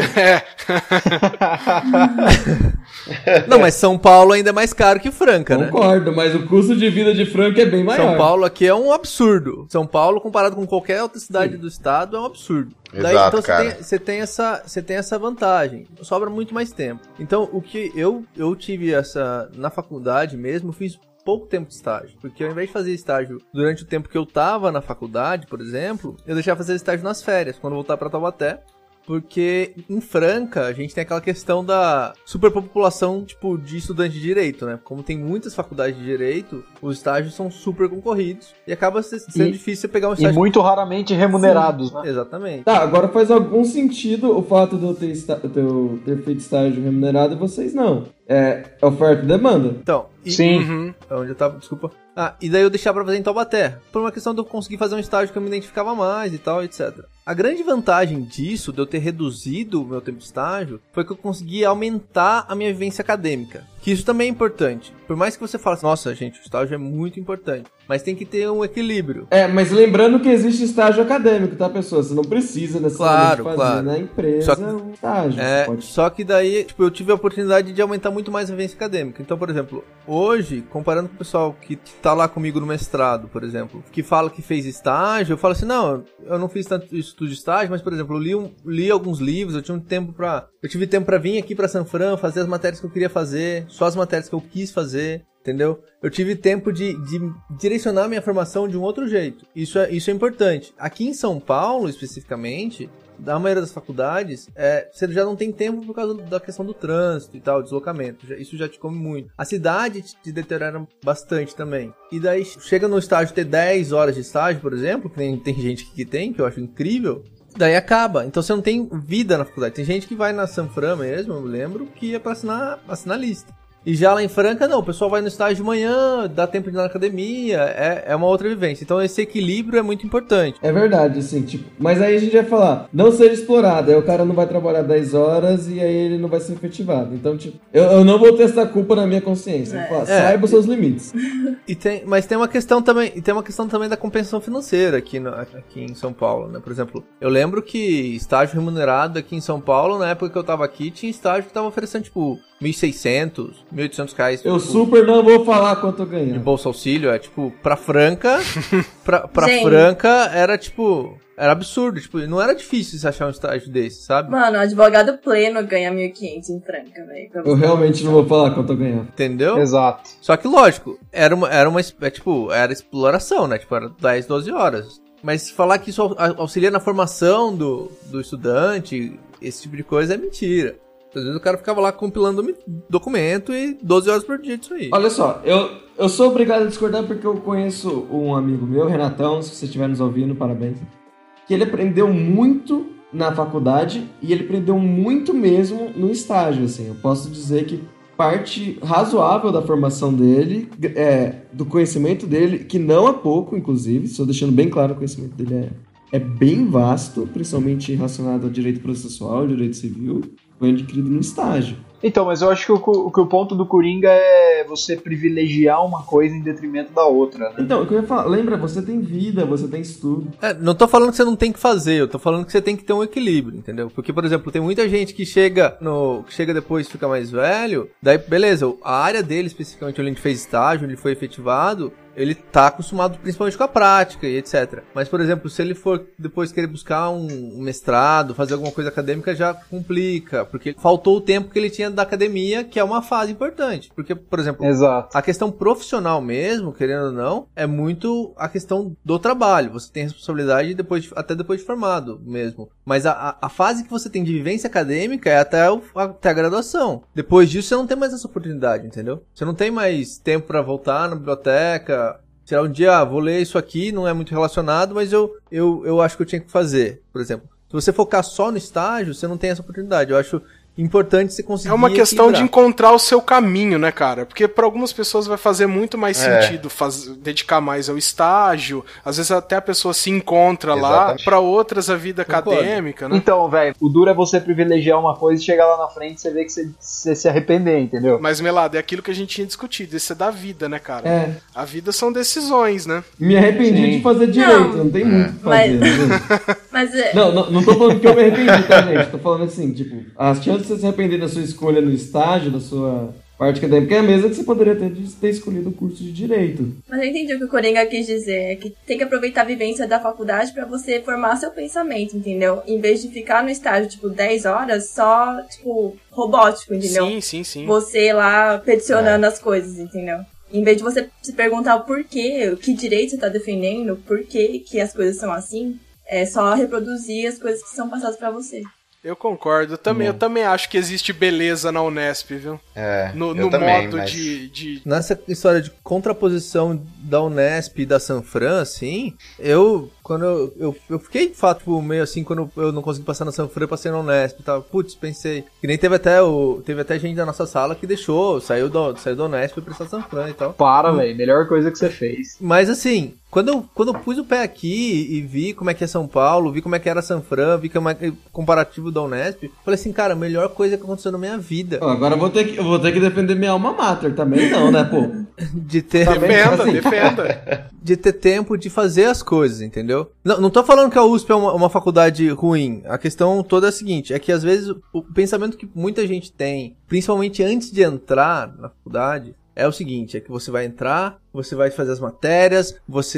Não, mas São Paulo ainda é mais caro que Franca, né? Concordo, mas o custo de vida de Franca é bem maior. São Paulo aqui é um absurdo. São Paulo, comparado com qualquer outra cidade do estado, é um absurdo. Exato, daí, então cara. você tem essa vantagem. Sobra muito mais tempo. Então, o que eu tive na faculdade mesmo, eu fiz pouco tempo de estágio. Porque ao invés de fazer estágio durante o tempo que eu tava na faculdade, por exemplo, eu deixava fazer estágio nas férias, quando eu voltar pra Taubaté. Porque em Franca a gente tem aquela questão da superpopulação, tipo, de estudante de direito, né? Como tem muitas faculdades de direito, os estágios são super concorridos e acaba sendo difícil você pegar um estágio. E muito raramente remunerados, né? Exatamente. Tá, agora faz algum sentido o fato de eu ter feito estágio remunerado e vocês não. É oferta e demanda. Então, Sim. Onde eu tava, desculpa. E daí eu deixava pra fazer em Taubaté, por uma questão de eu conseguir fazer um estágio que eu me identificava mais e tal, etc. A grande vantagem disso, de eu ter reduzido o meu tempo de estágio, foi que eu consegui aumentar a minha vivência acadêmica. Que isso também é importante. Por mais que você fale assim, nossa, gente, o estágio é muito importante. Mas tem que ter um equilíbrio. Mas lembrando que existe estágio acadêmico, tá, pessoa? Você não precisa necessariamente fazer na empresa um estágio. Só que daí, tipo, eu tive a oportunidade de aumentar muito mais a vivência acadêmica. Então, por exemplo, hoje, comparando com o pessoal que tá lá comigo no mestrado, por exemplo, que fala que fez estágio, eu falo assim, não, eu não fiz tanto estudo de estágio, mas, por exemplo, eu li alguns livros, eu tive tempo pra vir aqui pra San Fran, fazer as matérias que eu queria fazer, só as matérias que eu quis fazer, entendeu? Eu tive tempo de direcionar minha formação de um outro jeito. Isso é importante. Aqui em São Paulo, especificamente, da maioria das faculdades, você já não tem tempo por causa da questão do trânsito e tal, deslocamento. Isso já te come muito. A cidade te deteriora bastante também. E daí, chega no estágio ter 10 horas de estágio, por exemplo, que tem gente que tem, que eu acho incrível, daí acaba. Então você não tem vida na faculdade. Tem gente que vai na San Fran mesmo, eu lembro, que é pra assinar lista. E já lá em Franca, não, o pessoal vai no estágio de manhã, dá tempo de ir na academia, é uma outra vivência. Então esse equilíbrio é muito importante. É verdade, assim, tipo, mas aí a gente vai falar, não seja explorado, aí o cara não vai trabalhar 10 horas e aí ele não vai ser efetivado. Então, tipo, eu não vou ter essa culpa na minha consciência. Eu vou falar, saiba os seus limites. Mas tem uma questão também, da compensação financeira aqui em São Paulo, né? Por exemplo, eu lembro que estágio remunerado aqui em São Paulo, na época que eu tava aqui, tinha estágio que tava oferecendo, tipo, R$1.600, R$1.800. Eu super não vou falar quanto eu ganho. De Bolsa Auxílio, tipo, pra Franca, pra Franca era, tipo, era absurdo, tipo, não era difícil você achar um estágio desse, sabe? Mano, advogado pleno ganha 1.500 em Franca, velho. Eu realmente não vou falar quanto eu ganho. Entendeu? Exato. Só que, lógico, era exploração, né? Tipo, era 10, 12 horas. Mas falar que isso auxilia na formação do estudante, esse tipo de coisa é mentira. Às vezes o cara ficava lá compilando documento e 12 horas por dia disso aí. Olha só, eu sou obrigado a discordar porque eu conheço um amigo meu, Renatão, se você estiver nos ouvindo, parabéns, que ele aprendeu muito na faculdade e ele aprendeu muito mesmo no estágio, assim. Eu posso dizer que parte razoável da formação dele, do conhecimento dele, que não é pouco, inclusive, estou deixando bem claro, o conhecimento dele é bem vasto, principalmente relacionado ao direito processual, ao direito civil, foi adquirido no estágio. Então, mas eu acho que o ponto do Coringa é você privilegiar uma coisa em detrimento da outra, né? Então, o que eu ia falar, lembra, você tem vida, você tem estudo. Não tô falando que você não tem que fazer, eu tô falando que você tem que ter um equilíbrio, entendeu? Porque, por exemplo, tem muita gente que chega depois e fica mais velho, daí, beleza, a área dele, especificamente, onde ele fez estágio, onde ele foi efetivado, ele tá acostumado principalmente com a prática e etc. Mas, por exemplo, se ele for depois querer buscar um mestrado, fazer alguma coisa acadêmica, já complica, porque faltou o tempo que ele tinha da academia, que é uma fase importante. Porque, por exemplo, Exato. A questão profissional mesmo, querendo ou não, é muito a questão do trabalho. Você tem responsabilidade até depois de formado mesmo. Mas a fase que você tem de vivência acadêmica é até a graduação. Depois disso, você não tem mais essa oportunidade, entendeu? Você não tem mais tempo pra voltar na biblioteca. Será um dia, vou ler isso aqui, não é muito relacionado, mas eu acho que eu tinha que fazer, por exemplo. Se você focar só no estágio, você não tem essa oportunidade. Eu acho importante você conseguir. É uma questão de encontrar o seu caminho, né, cara? Porque para algumas pessoas vai fazer muito mais sentido dedicar mais ao estágio. Às vezes até a pessoa se encontra lá. Para outras, a vida acadêmica, né? Então, velho, o duro é você privilegiar uma coisa e chegar lá na frente e você ver que você se arrepender, entendeu? Mas, Melado, é aquilo que a gente tinha discutido. Isso é da vida, né, cara? A vida são decisões, né? Me arrependi de fazer direito, não tem muito o que fazer. Mas Não tô falando que eu me arrependi, tá, gente? Tô falando assim, tipo, as chances de você se arrepender da sua escolha no estágio, da sua parte acadêmica, é a mesma que você poderia ter escolhido o curso de Direito. Mas eu entendi o que o Coringa quis dizer, é que tem que aproveitar a vivência da faculdade pra você formar seu pensamento, entendeu? Em vez de ficar no estágio, tipo, 10 horas, só, tipo, robótico, entendeu? Sim. Você lá peticionando as coisas, entendeu? Em vez de você se perguntar o porquê, que direito você tá defendendo, por que as coisas são assim, é só reproduzir as coisas que são passadas pra você. Eu concordo. Eu também acho que existe beleza na Unesp, viu? No também, modo mas... de... Nessa história de contraposição da Unesp e da San Fran, assim, eu fiquei, de fato, meio assim, quando eu não consegui passar na San Fran, passei na Unesp e tal. Putz, pensei. Que nem teve até gente da nossa sala que saiu da Unesp pra San Fran e tal. Velho, melhor coisa que você fez. Mas assim, quando eu pus o pé aqui e vi como é que é São Paulo, vi como é que era San Fran, vi como é que comparativo da Unesp, falei assim, cara, a melhor coisa que aconteceu na minha vida. Agora eu vou ter que defender minha alma mater também, não, né, pô? De ter... Defenda, assim, defenda. defenda. De ter tempo de fazer as coisas, entendeu? Não tô falando que a USP é uma faculdade ruim. A questão toda é a seguinte, é que às vezes o pensamento que muita gente tem, principalmente antes de entrar na faculdade, é o seguinte, é que você vai entrar, você vai fazer as matérias,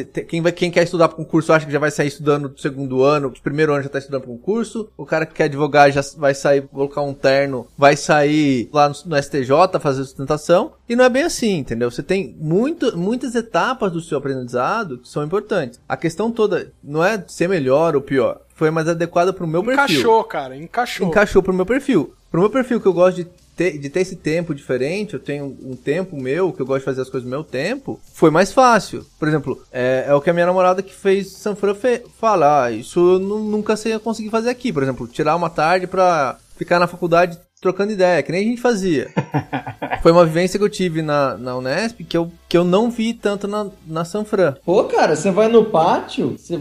quem quer estudar para concurso acha que já vai sair estudando do segundo ano, do primeiro ano já tá estudando para concurso, o cara que quer advogar já vai sair, colocar um terno, vai sair lá no STJ fazer sustentação, e não é bem assim, entendeu? Você tem muitas etapas do seu aprendizado que são importantes. A questão toda não é ser melhor ou pior, foi mais adequada pro meu perfil. Encaixou, cara, encaixou. Encaixou pro meu perfil. Pro meu perfil que eu gosto de ter esse tempo diferente, eu tenho um tempo meu, que eu gosto de fazer as coisas no meu tempo, foi mais fácil. Por exemplo, é o que a minha namorada que fez Sanfran fala, isso eu nunca sei conseguir fazer aqui. Por exemplo, tirar uma tarde pra ficar na faculdade trocando ideia, que nem a gente fazia. Foi uma vivência que eu tive na Unesp que eu não vi tanto na Sanfran. Pô, cara, você vai no pátio, você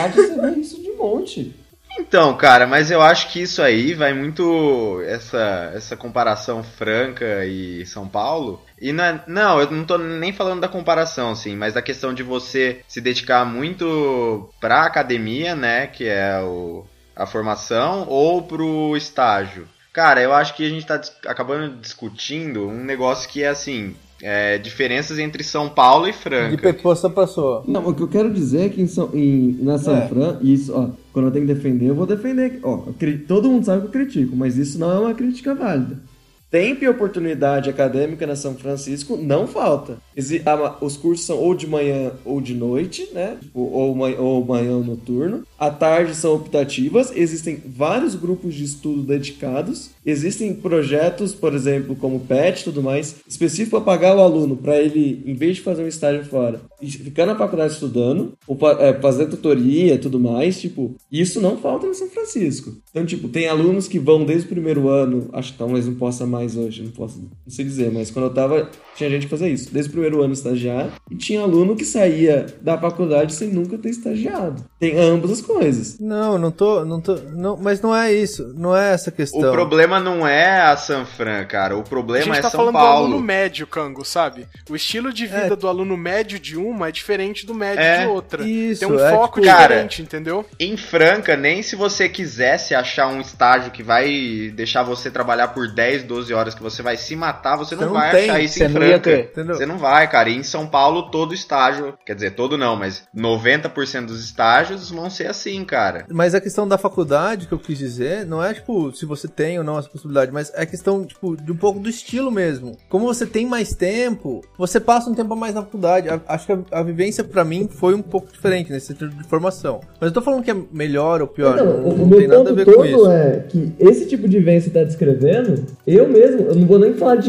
vê isso de monte. Então, cara, mas eu acho que isso aí vai muito essa comparação Franca e São Paulo. E não, eu não tô nem falando da comparação, assim, mas da questão de você se dedicar muito pra academia, né, que é a formação, ou pro estágio. Cara, eu acho que a gente tá acabando discutindo um negócio que é assim... diferenças entre São Paulo e Franca. De pessoa pra pessoa. Não, o que eu quero dizer é que na Sanfran, isso, ó, quando eu tenho que defender, eu vou defender. Ó, todo mundo sabe que eu critico, mas isso não é uma crítica válida. Tempo e oportunidade acadêmica na São Francisco não falta. Os cursos são ou de manhã ou de noite, né? Ou manhã ou noturno. À tarde são optativas. Existem vários grupos de estudo dedicados. Existem projetos, por exemplo, como PET e tudo mais, específico para pagar o aluno, para ele, em vez de fazer um estágio fora, ficar na faculdade estudando, ou fazer tutoria e tudo mais, tipo, isso não falta no São Francisco. Então, tipo, tem alunos que vão desde o primeiro ano, acho que talvez não possa mais hoje, não sei dizer, mas quando eu tava, tinha gente que fazia isso, desde o primeiro ano estagiar, e tinha aluno que saía da faculdade sem nunca ter estagiado. Tem ambas as coisas. Não, mas não é isso, não é essa questão. O problema não é a Sanfran, cara, o problema é São Paulo. A gente tá falando do aluno médio, Cango, sabe? O estilo de vida do aluno médio de uma é diferente do médio de outra. Isso, tem um foco tipo, diferente, cara, entendeu? Em Franca, nem se você quisesse achar um estágio que vai deixar você trabalhar por 10, 12 horas, que você vai se matar, você não vai achar isso em Franca. Você não vai, cara. E em São Paulo, todo estágio, quer dizer, todo não, mas 90% dos estágios vão ser assim, cara. Mas a questão da faculdade, que eu quis dizer, não é, tipo, se você tem ou não essa possibilidade, mas é questão, tipo, de um pouco do estilo mesmo. Como você tem mais tempo, você passa um tempo a mais na faculdade. Acho que a vivência, pra mim, foi um pouco diferente nesse sentido de formação. Mas eu tô falando que é melhor ou pior, não tem nada a ver com isso. O meu ponto todo é que esse tipo de vivência que você tá descrevendo, eu mesmo, eu não vou nem falar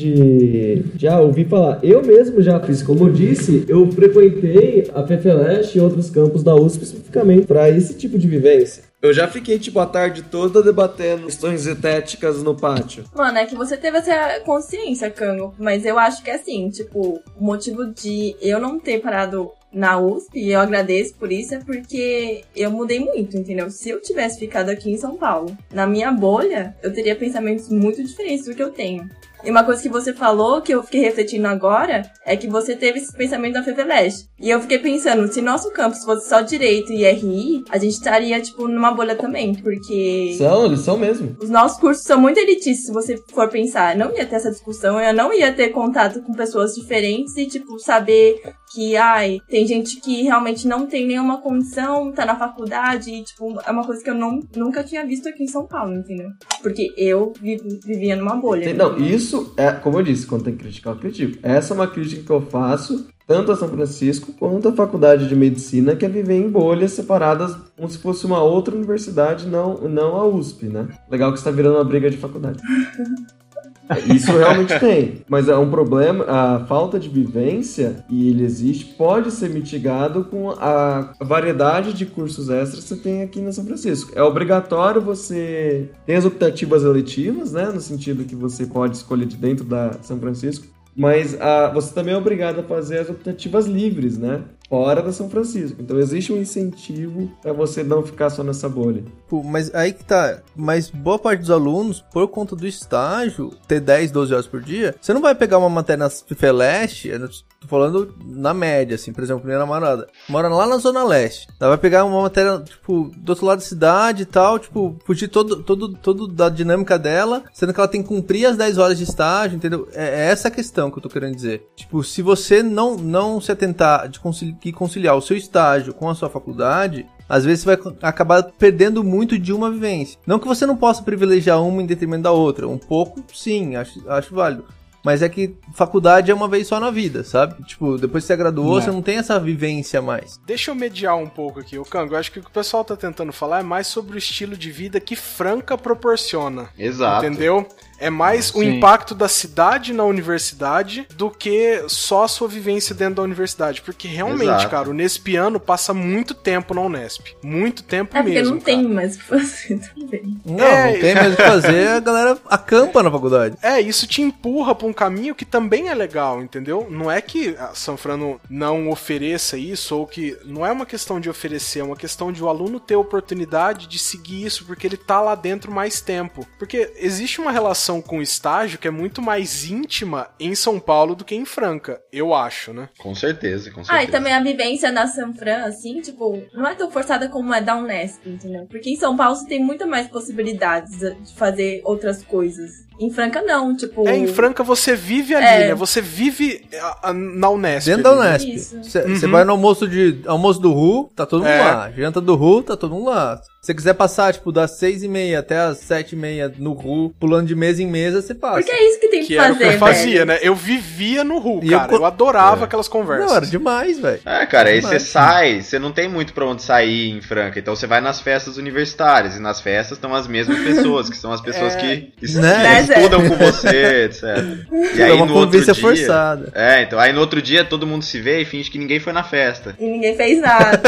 de ouvir falar, eu mesmo já fiz, como eu disse, eu frequentei a FEFELESH e outros campos da USP especificamente pra esse tipo de vivência. Eu já fiquei, tipo, a tarde toda debatendo questões estéticas no pátio. Mano, é que você teve essa consciência, Cango, mas eu acho que é assim, tipo, o motivo de eu não ter parado na USP, e eu agradeço por isso, é porque eu mudei muito, entendeu? Se eu tivesse ficado aqui em São Paulo, na minha bolha, eu teria pensamentos muito diferentes do que eu tenho. E uma coisa que você falou, que eu fiquei refletindo agora, é que você teve esse pensamento da FEFELESH. E eu fiquei pensando, se nosso campus fosse só Direito e RI, a gente estaria, tipo, numa bolha também, porque... Eles são mesmo. Os nossos cursos são muito elitistas, se você for pensar. Não ia ter essa discussão, eu não ia ter contato com pessoas diferentes e, tipo, saber que, tem gente que realmente não tem nenhuma condição, tá na faculdade, e, tipo, é uma coisa que eu nunca tinha visto aqui em São Paulo, entendeu? Porque eu vivia numa bolha. Não, isso é, como eu disse, quando tem que criticar, eu critico. Essa é uma crítica que eu faço, tanto a São Francisco quanto a Faculdade de Medicina, que é viver em bolhas separadas, como se fosse uma outra universidade, não a USP, né? Legal que está virando uma briga de faculdade. Isso realmente tem, mas é um problema, a falta de vivência, e ele existe, pode ser mitigado com a variedade de cursos extras que você tem aqui na São Francisco. É obrigatório você ter as optativas eletivas, né, no sentido que você pode escolher de dentro da São Francisco, mas você também é obrigado a fazer as optativas livres, né? fora da São Francisco. Então existe um incentivo para você não ficar só nessa bolha. Pô, mas aí que tá. Mas boa parte dos alunos, por conta do estágio, ter 10, 12 horas por dia, você não vai pegar uma matéria na FELESH, eu tô falando na média, assim, por exemplo, minha namorada mora lá na Zona Leste. Ela vai pegar uma matéria, tipo, do outro lado da cidade e tal, tipo, fugir todo da dinâmica dela, sendo que ela tem que cumprir as 10 horas de estágio, entendeu? É essa a questão que eu tô querendo dizer. Tipo, se você não se atentar de conciliar o seu estágio com a sua faculdade, às vezes você vai acabar perdendo muito de uma vivência. Não que você não possa privilegiar uma em detrimento da outra. Um pouco, sim, acho válido. Mas é que faculdade é uma vez só na vida, sabe? Tipo, depois que você graduou, você não tem essa vivência mais. Deixa eu mediar um pouco aqui, o Kango. Eu acho que o que o pessoal tá tentando falar é mais sobre o estilo de vida que Franca proporciona. Exato. Entendeu? É mais o impacto da cidade na universidade do que só a sua vivência dentro da universidade. Porque realmente, cara, o Nespiano passa muito tempo na Unesp. Muito tempo mesmo. Porque não tem mais o que fazer também. Não tem mais o que fazer, a galera acampa na faculdade. Isso te empurra pra um caminho que também é legal, entendeu? Não é que a São Fran não ofereça isso, ou que não é uma questão de oferecer, é uma questão de o aluno ter a oportunidade de seguir isso, porque ele tá lá dentro mais tempo. Porque existe uma relação com o estágio que é muito mais íntima em São Paulo do que em Franca, eu acho, né? Com certeza, com certeza. E também a vivência na São Fran, assim, tipo, não é tão forçada como é da Unesp, entendeu? Porque em São Paulo você tem muito mais possibilidades de fazer outras coisas. Em Franca não, tipo... Em Franca você vive ali, né? Você vive na Unesp. Dentro da Unesp. Você vai no almoço do RU, tá todo mundo lá. Janta do RU, tá todo mundo lá. Se você quiser passar, tipo, das 6h30 até as 7h30 no RU, pulando de mesa em mesa, você passa. Porque é isso que tem que fazer, era o que eu fazia, né? Eu vivia no RU, cara. Eu adorava aquelas conversas. Não, era demais, velho. Cara, aí você sai, você não tem muito pra onde sair em Franca. Então você vai nas festas universitárias. E nas festas estão as mesmas pessoas, que são as pessoas que estudam com você, etc. E aí, é uma convivência forçada. Então aí no outro dia todo mundo se vê e finge que ninguém foi na festa. E ninguém fez nada,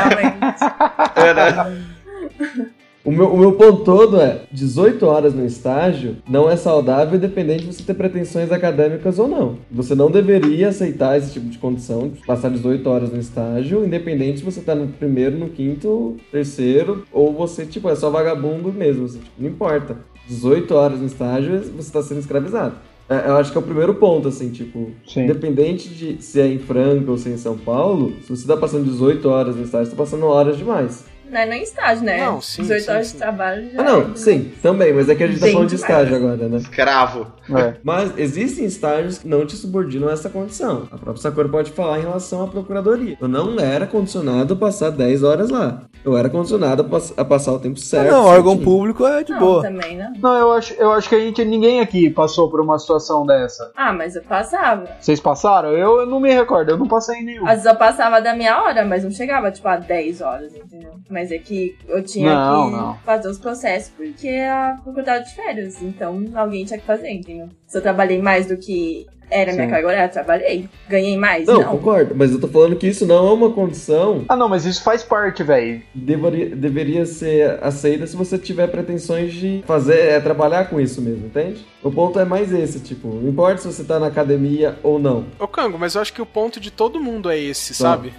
realmente. O meu ponto todo é 18 horas no estágio não é saudável independente de você ter pretensões acadêmicas ou não. Você não deveria aceitar esse tipo de condição de passar 18 horas no estágio, independente se você tá no primeiro, no quinto, terceiro, ou você, tipo, é só vagabundo mesmo. Assim, tipo, não importa. 18 horas no estágio, você tá sendo escravizado. Eu acho que é o primeiro ponto, assim, tipo... Sim. Independente de se é em Franca ou se é em São Paulo, se você tá passando 18 horas no estágio, você tá passando horas demais. Não é nem estágio, né? Não, sim, 18 horas de trabalho já sim, também, mas é que a gente tá falando de estágio agora, né? Escravo. Mas existem estágios que não te subordinam a essa condição. A própria Sakura pode falar em relação à procuradoria. Eu não era condicionado a passar 10 horas lá. Eu era condicionado a passar o tempo certo. Não, órgão público é de boa. Também não. Não, eu acho que ninguém aqui passou por uma situação dessa. Mas eu passava. Vocês passaram? Eu não me recordo, eu não passei em nenhum. Às vezes eu passava da minha hora, mas não chegava, tipo, a 10 horas, entendeu? Mas é que eu tinha que fazer os processos porque a faculdade de férias. Então alguém tinha que fazer, entendeu? Se eu trabalhei mais do que era minha carga horária, trabalhei. Ganhei mais? Não, concordo. Mas eu tô falando que isso não é uma condição... não, mas isso faz parte, velho. Deveria ser aceita se você tiver pretensões de fazer, trabalhar com isso mesmo, entende? O ponto é mais esse, tipo, não importa se você tá na academia ou não. Ô, Kango, mas eu acho que o ponto de todo mundo é esse, sabe?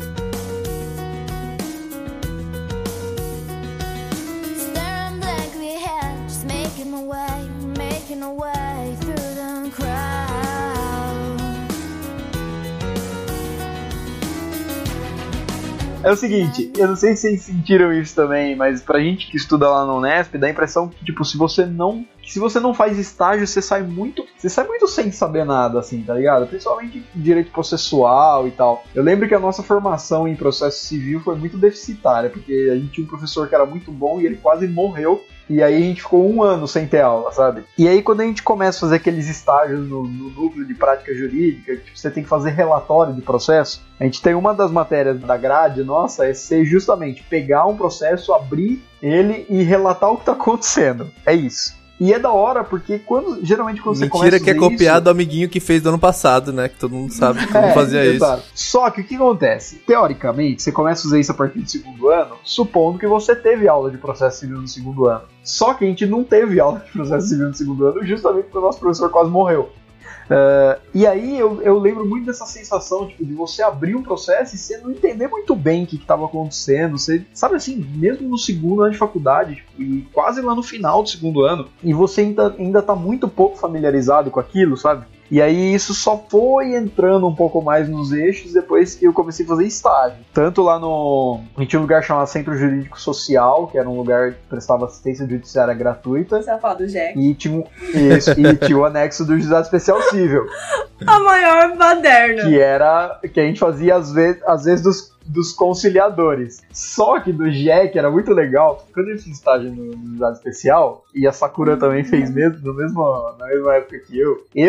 É o seguinte, eu não sei se vocês sentiram isso também, mas pra gente que estuda lá no Unesp, dá a impressão que, tipo, se você não faz estágio, você sai muito sem saber nada, assim, tá ligado? Principalmente direito processual e tal. Eu lembro que a nossa formação em processo civil foi muito deficitária, porque a gente tinha um professor que era muito bom e ele quase morreu. E aí a gente ficou 1 ano sem ter aula, sabe? E aí quando a gente começa a fazer aqueles estágios no núcleo de prática jurídica, tipo, você tem que fazer relatório de processo, a gente tem uma das matérias da grade nossa, é ser justamente pegar um processo, abrir ele e relatar o que tá acontecendo. É isso. E é da hora, porque geralmente quando você começa a fazer que é copiado do amiguinho que fez do ano passado, né? Que todo mundo sabe como fazia exato. isso. Só que o que acontece? Teoricamente, você começa a fazer isso a partir do 2º ano, supondo que você teve aula de processo civil no 2º ano. Só que a gente não teve aula de processo civil no 2º ano, justamente porque o nosso professor quase morreu. E aí eu lembro muito dessa sensação, tipo, de você abrir um processo e você não entender muito bem o que estava acontecendo. Você, sabe assim, mesmo no segundo ano de faculdade, tipo, e quase lá no final do segundo ano, e você ainda tá muito pouco familiarizado com aquilo, sabe? E aí isso só foi entrando um pouco mais nos eixos depois que eu comecei a fazer estágio. Tanto lá no... A gente tinha um lugar chamado Centro Jurídico Social, que era um lugar que prestava assistência judiciária gratuita. Você vai falar do Jack. E tinha, e tinha o anexo do Juizado Especial Civil. A maior baderna. Que a gente fazia às vezes dos conciliadores. Só que do Jack era muito legal. Quando eu fiz estágio no Juizado Especial, e a Sakura também fez mesmo, na mesma época que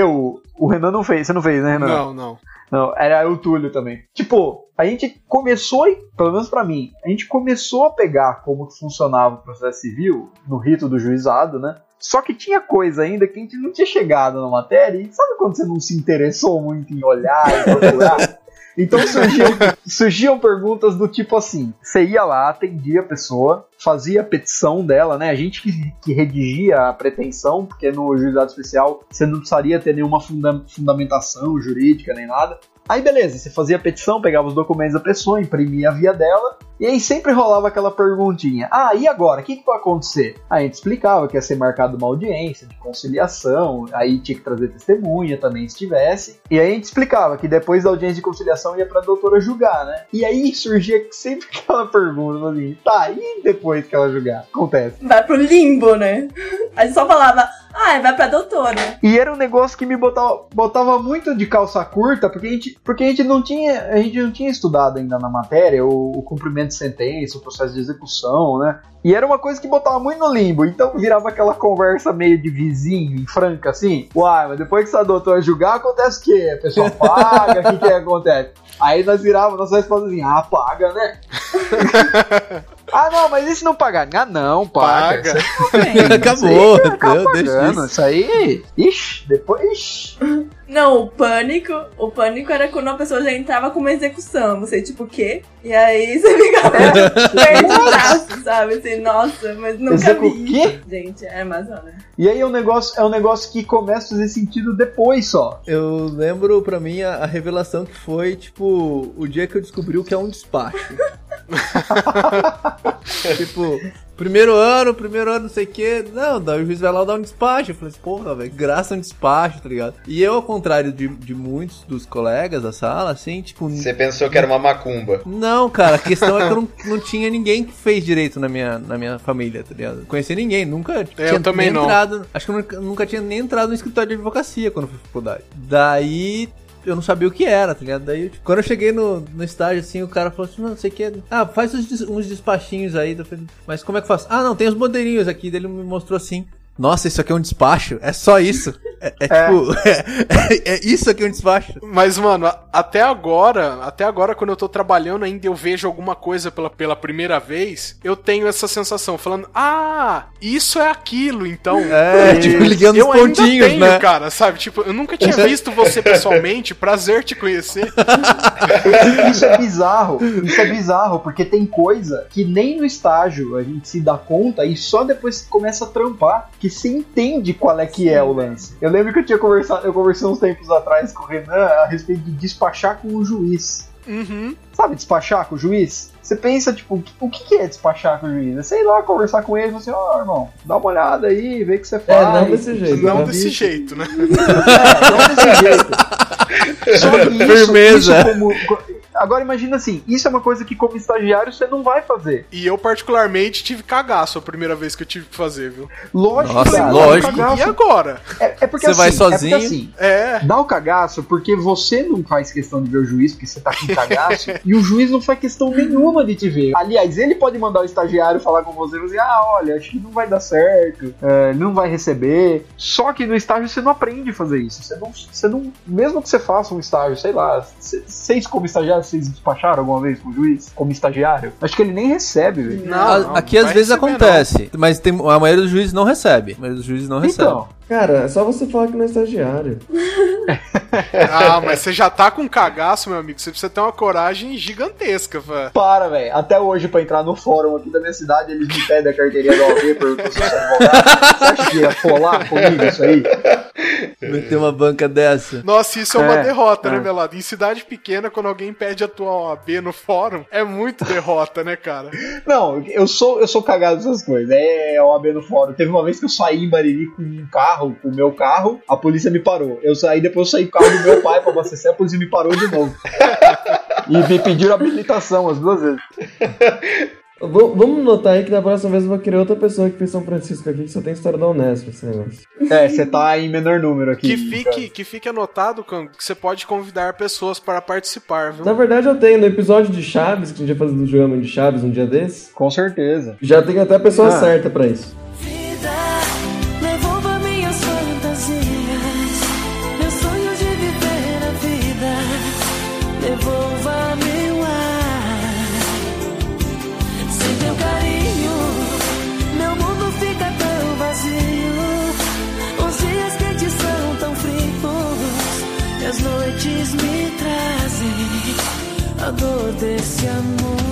o Renan não fez. Você não fez, né, Renan? Não. Não, era o Túlio também. Tipo, a gente começou, pelo menos pra mim, a gente começou a pegar como que funcionava o processo civil no rito do juizado, né? Só que tinha coisa ainda que a gente não tinha chegado na matéria. E sabe quando você não se interessou muito em olhar e procurar? Então surgiam perguntas do tipo assim: você ia lá, atendia a pessoa, fazia a petição dela, né? A gente que redigia a pretensão, porque no juizado especial você não precisaria ter nenhuma fundamentação jurídica nem nada. Aí beleza, você fazia a petição, pegava os documentos da pessoa, imprimia a via dela, e aí sempre rolava aquela perguntinha: e agora? O que vai acontecer? Aí a gente explicava que ia ser marcada uma audiência de conciliação, aí tinha que trazer testemunha também se tivesse, e aí a gente explicava que depois da audiência de conciliação ia pra doutora julgar, né? E aí surgia sempre aquela pergunta assim: e depois que ela julgar? Acontece. Vai pro limbo, né? A gente só falava: vai pra doutora. E era um negócio que me botava muito de calça curta, porque a gente não tinha estudado ainda na matéria o cumprimento de sentença, o processo de execução, né? E era uma coisa que botava muito no limbo. Então virava aquela conversa meio de vizinho, em franca, assim: mas depois que essa doutora julgar, acontece o quê? A pessoa paga? O que acontece? Aí nós respondemos assim: paga, né? Não, mas e se não pagar? Não, paga. Acabou, deixa isso. Isso aí, depois... Não, o pânico era quando a pessoa já entrava com uma execução. Você, tipo, o quê? E aí você ficava perdidaço, sabe? Assim, nossa, mas nunca vi. O quê? Gente, é Amazônia. E aí é um negócio que começa a fazer sentido depois só. Eu lembro pra mim a revelação que foi, tipo, o dia que eu descobri o que é um despacho. Tipo, primeiro ano, não sei o que. Não, daí o juiz vai lá dar um despacho. Eu falei assim: porra, velho, graça um despacho, tá ligado? E eu, ao contrário de muitos dos colegas da sala, assim, tipo... Você pensou que era uma macumba? Não, cara, a questão é que eu não tinha ninguém que fez direito na minha família, tá ligado? Não conhecia ninguém, nunca tinha eu também nem não. entrado. Acho que eu nunca tinha nem entrado no escritório de advocacia quando fui pra faculdade. Daí... eu não sabia o que era, tá ligado? Daí, quando eu cheguei no estágio, assim, o cara falou assim: não sei o que. Faz uns despachinhos aí. Eu falei: mas como é que faço? Não, tem os modelinhos aqui. Daí ele me mostrou assim: nossa, isso aqui é um despacho? É só isso? Tipo, isso aqui é um despacho. Mas, mano, até agora, quando eu tô trabalhando ainda, eu vejo alguma coisa pela primeira vez, eu tenho essa sensação, falando: isso é aquilo, então. Tipo, ligando os pontinhos, tenho, né? Cara, sabe? Tipo, eu nunca tinha visto você pessoalmente, prazer te conhecer. Isso é bizarro, porque tem coisa que nem no estágio a gente se dá conta e só depois que começa a trampar que se entende qual é que é o lance. Eu lembro que eu conversei uns tempos atrás com o Renan a respeito de despachar com o juiz. Uhum. Sabe, despachar com o juiz? Você pensa, tipo, o que é despachar com o juiz? É, sei lá, conversar com ele e você, irmão, dá uma olhada aí, vê o que você faz. Não desse jeito. Não desse jeito, né? Não desse jeito. Só que Firmeza. Agora imagina assim, isso é uma coisa que como estagiário você não vai fazer. E eu particularmente tive cagaço a primeira vez que eu tive que fazer, viu? Lógico. Nossa, cara, lógico. E agora? É porque você assim, vai sozinho? Dá o cagaço porque você não faz questão de ver o juiz, porque você tá com cagaço, e o juiz não faz questão nenhuma de te ver. Aliás, ele pode mandar o estagiário falar com você e dizer: olha, acho que não vai dar certo, ele não vai receber. Só que no estágio você não aprende a fazer isso. Você não mesmo que você faça um estágio, sei lá, vocês como estagiário, vocês despacharam alguma vez com o juiz como estagiário? Acho que ele nem recebe, velho. Não, aqui às vezes acontece, mas a maioria dos juízes não recebe. Então, cara, é só você falar que não é estagiário. Ah, mas você já tá com cagaço, meu amigo. Você precisa ter uma coragem gigantesca, velho. Para, velho. Até hoje, pra entrar no fórum aqui da minha cidade, eles me pedem a carteirinha da OAB, perguntam se eu sou advogado. Você acha que ia colar comigo isso aí? Meter uma banca dessa. Nossa, isso é uma É, derrota, né, é. Melado? Em cidade pequena, quando alguém pede a tua OAB no fórum, é muito derrota, né, cara? Não, eu sou cagado dessas coisas. É OAB no fórum. Teve uma vez que eu saí em Bariri com um carro, com o meu carro, a polícia me parou. Depois eu saí com o carro do meu pai pra abastecer, a polícia me parou de novo. E me pediram habilitação as duas vezes. Vamos notar aí que da próxima vez eu vou querer outra pessoa que fez São Francisco aqui, que só tem história da Unesp esse negócio. É, você tá em menor número aqui. Que fique anotado, Kango, que você pode convidar pessoas para participar, viu? Na verdade eu tenho, no episódio de Chaves, que a gente vai fazer do julgamento de Chaves um dia desse, Com certeza. já tem até a pessoa certa pra isso. Vida, devolva minhas fantasias, meus sonhos de viver a vida. Devolva meu ar, sem teu carinho, meu mundo fica tão vazio. Os dias quentes são tão frios, e as noites me trazem a dor desse amor.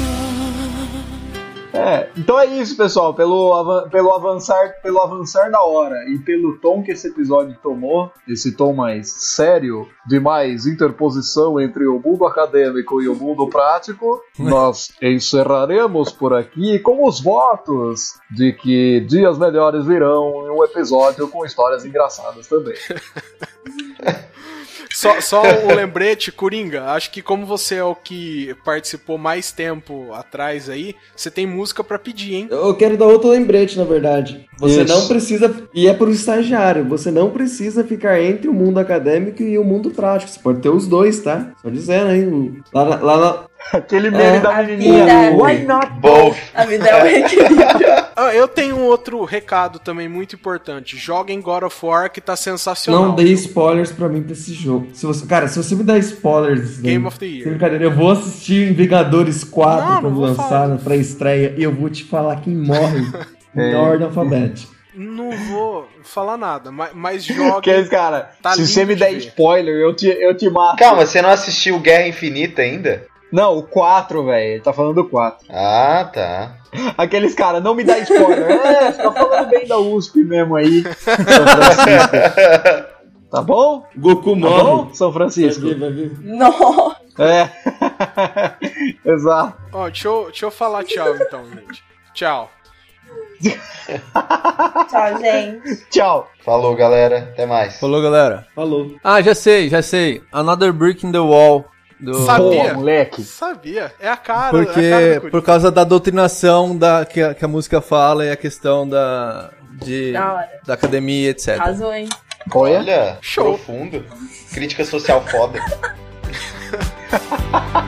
Então é isso, pessoal. Pelo avançar da hora e pelo tom que esse episódio tomou, esse tom mais sério, de mais interposição entre o mundo acadêmico e o mundo prático, nós encerraremos por aqui com os votos de que dias melhores virão em um episódio com histórias engraçadas também. Só um lembrete, Coringa, acho que como você é o que participou mais tempo atrás aí, você tem música pra pedir, hein? Eu quero dar outro lembrete, na verdade. Você Isso. não precisa, e é pro estagiário, você não precisa ficar entre o mundo acadêmico e o mundo prático. Você pode ter os dois, tá? Só dizendo aí. Lá na... Aquele meme da A menininha. vida. Why not? Both. A vida é um equilíbrio. Ah, eu tenho um outro recado também muito importante. Joguem God of War, que tá sensacional. Não dê spoilers pra mim pra esse jogo. Se você me der spoilers... Game né, of the Year. sem brincadeira, eu vou assistir Vingadores 4 Não, quando não vou lançar falar. na pré-estreia e eu vou te falar quem morre em ordem alfabética. Não vou falar nada, mas joguem. Que esse cara, Tá se lindo você me de der ver. spoiler, eu te mato. Calma, você não assistiu Guerra Infinita ainda? Não, o 4, velho. Ele tá falando do 4. Ah, tá. Aqueles caras, não me dá spoiler. Você tá falando bem da USP mesmo aí, São Francisco. Tá bom? Goku Tá morre. bom, São Francisco? Vai ver. Não. É. Exato. Ó, deixa eu falar tchau então, gente. Tchau. Tchau, gente. Tchau. Falou, galera. Até mais. Falou, galera. Falou. Ah, já sei. Another Brick in the Wall. Sabia. Boa, moleque. Sabia. É a cara. Porque, é a cara do por Coringa. causa da doutrinação que a música fala e a questão Da hora. da academia, etc. Arrasou, hein? Olha. Olha, Show. profundo. Crítica social foda.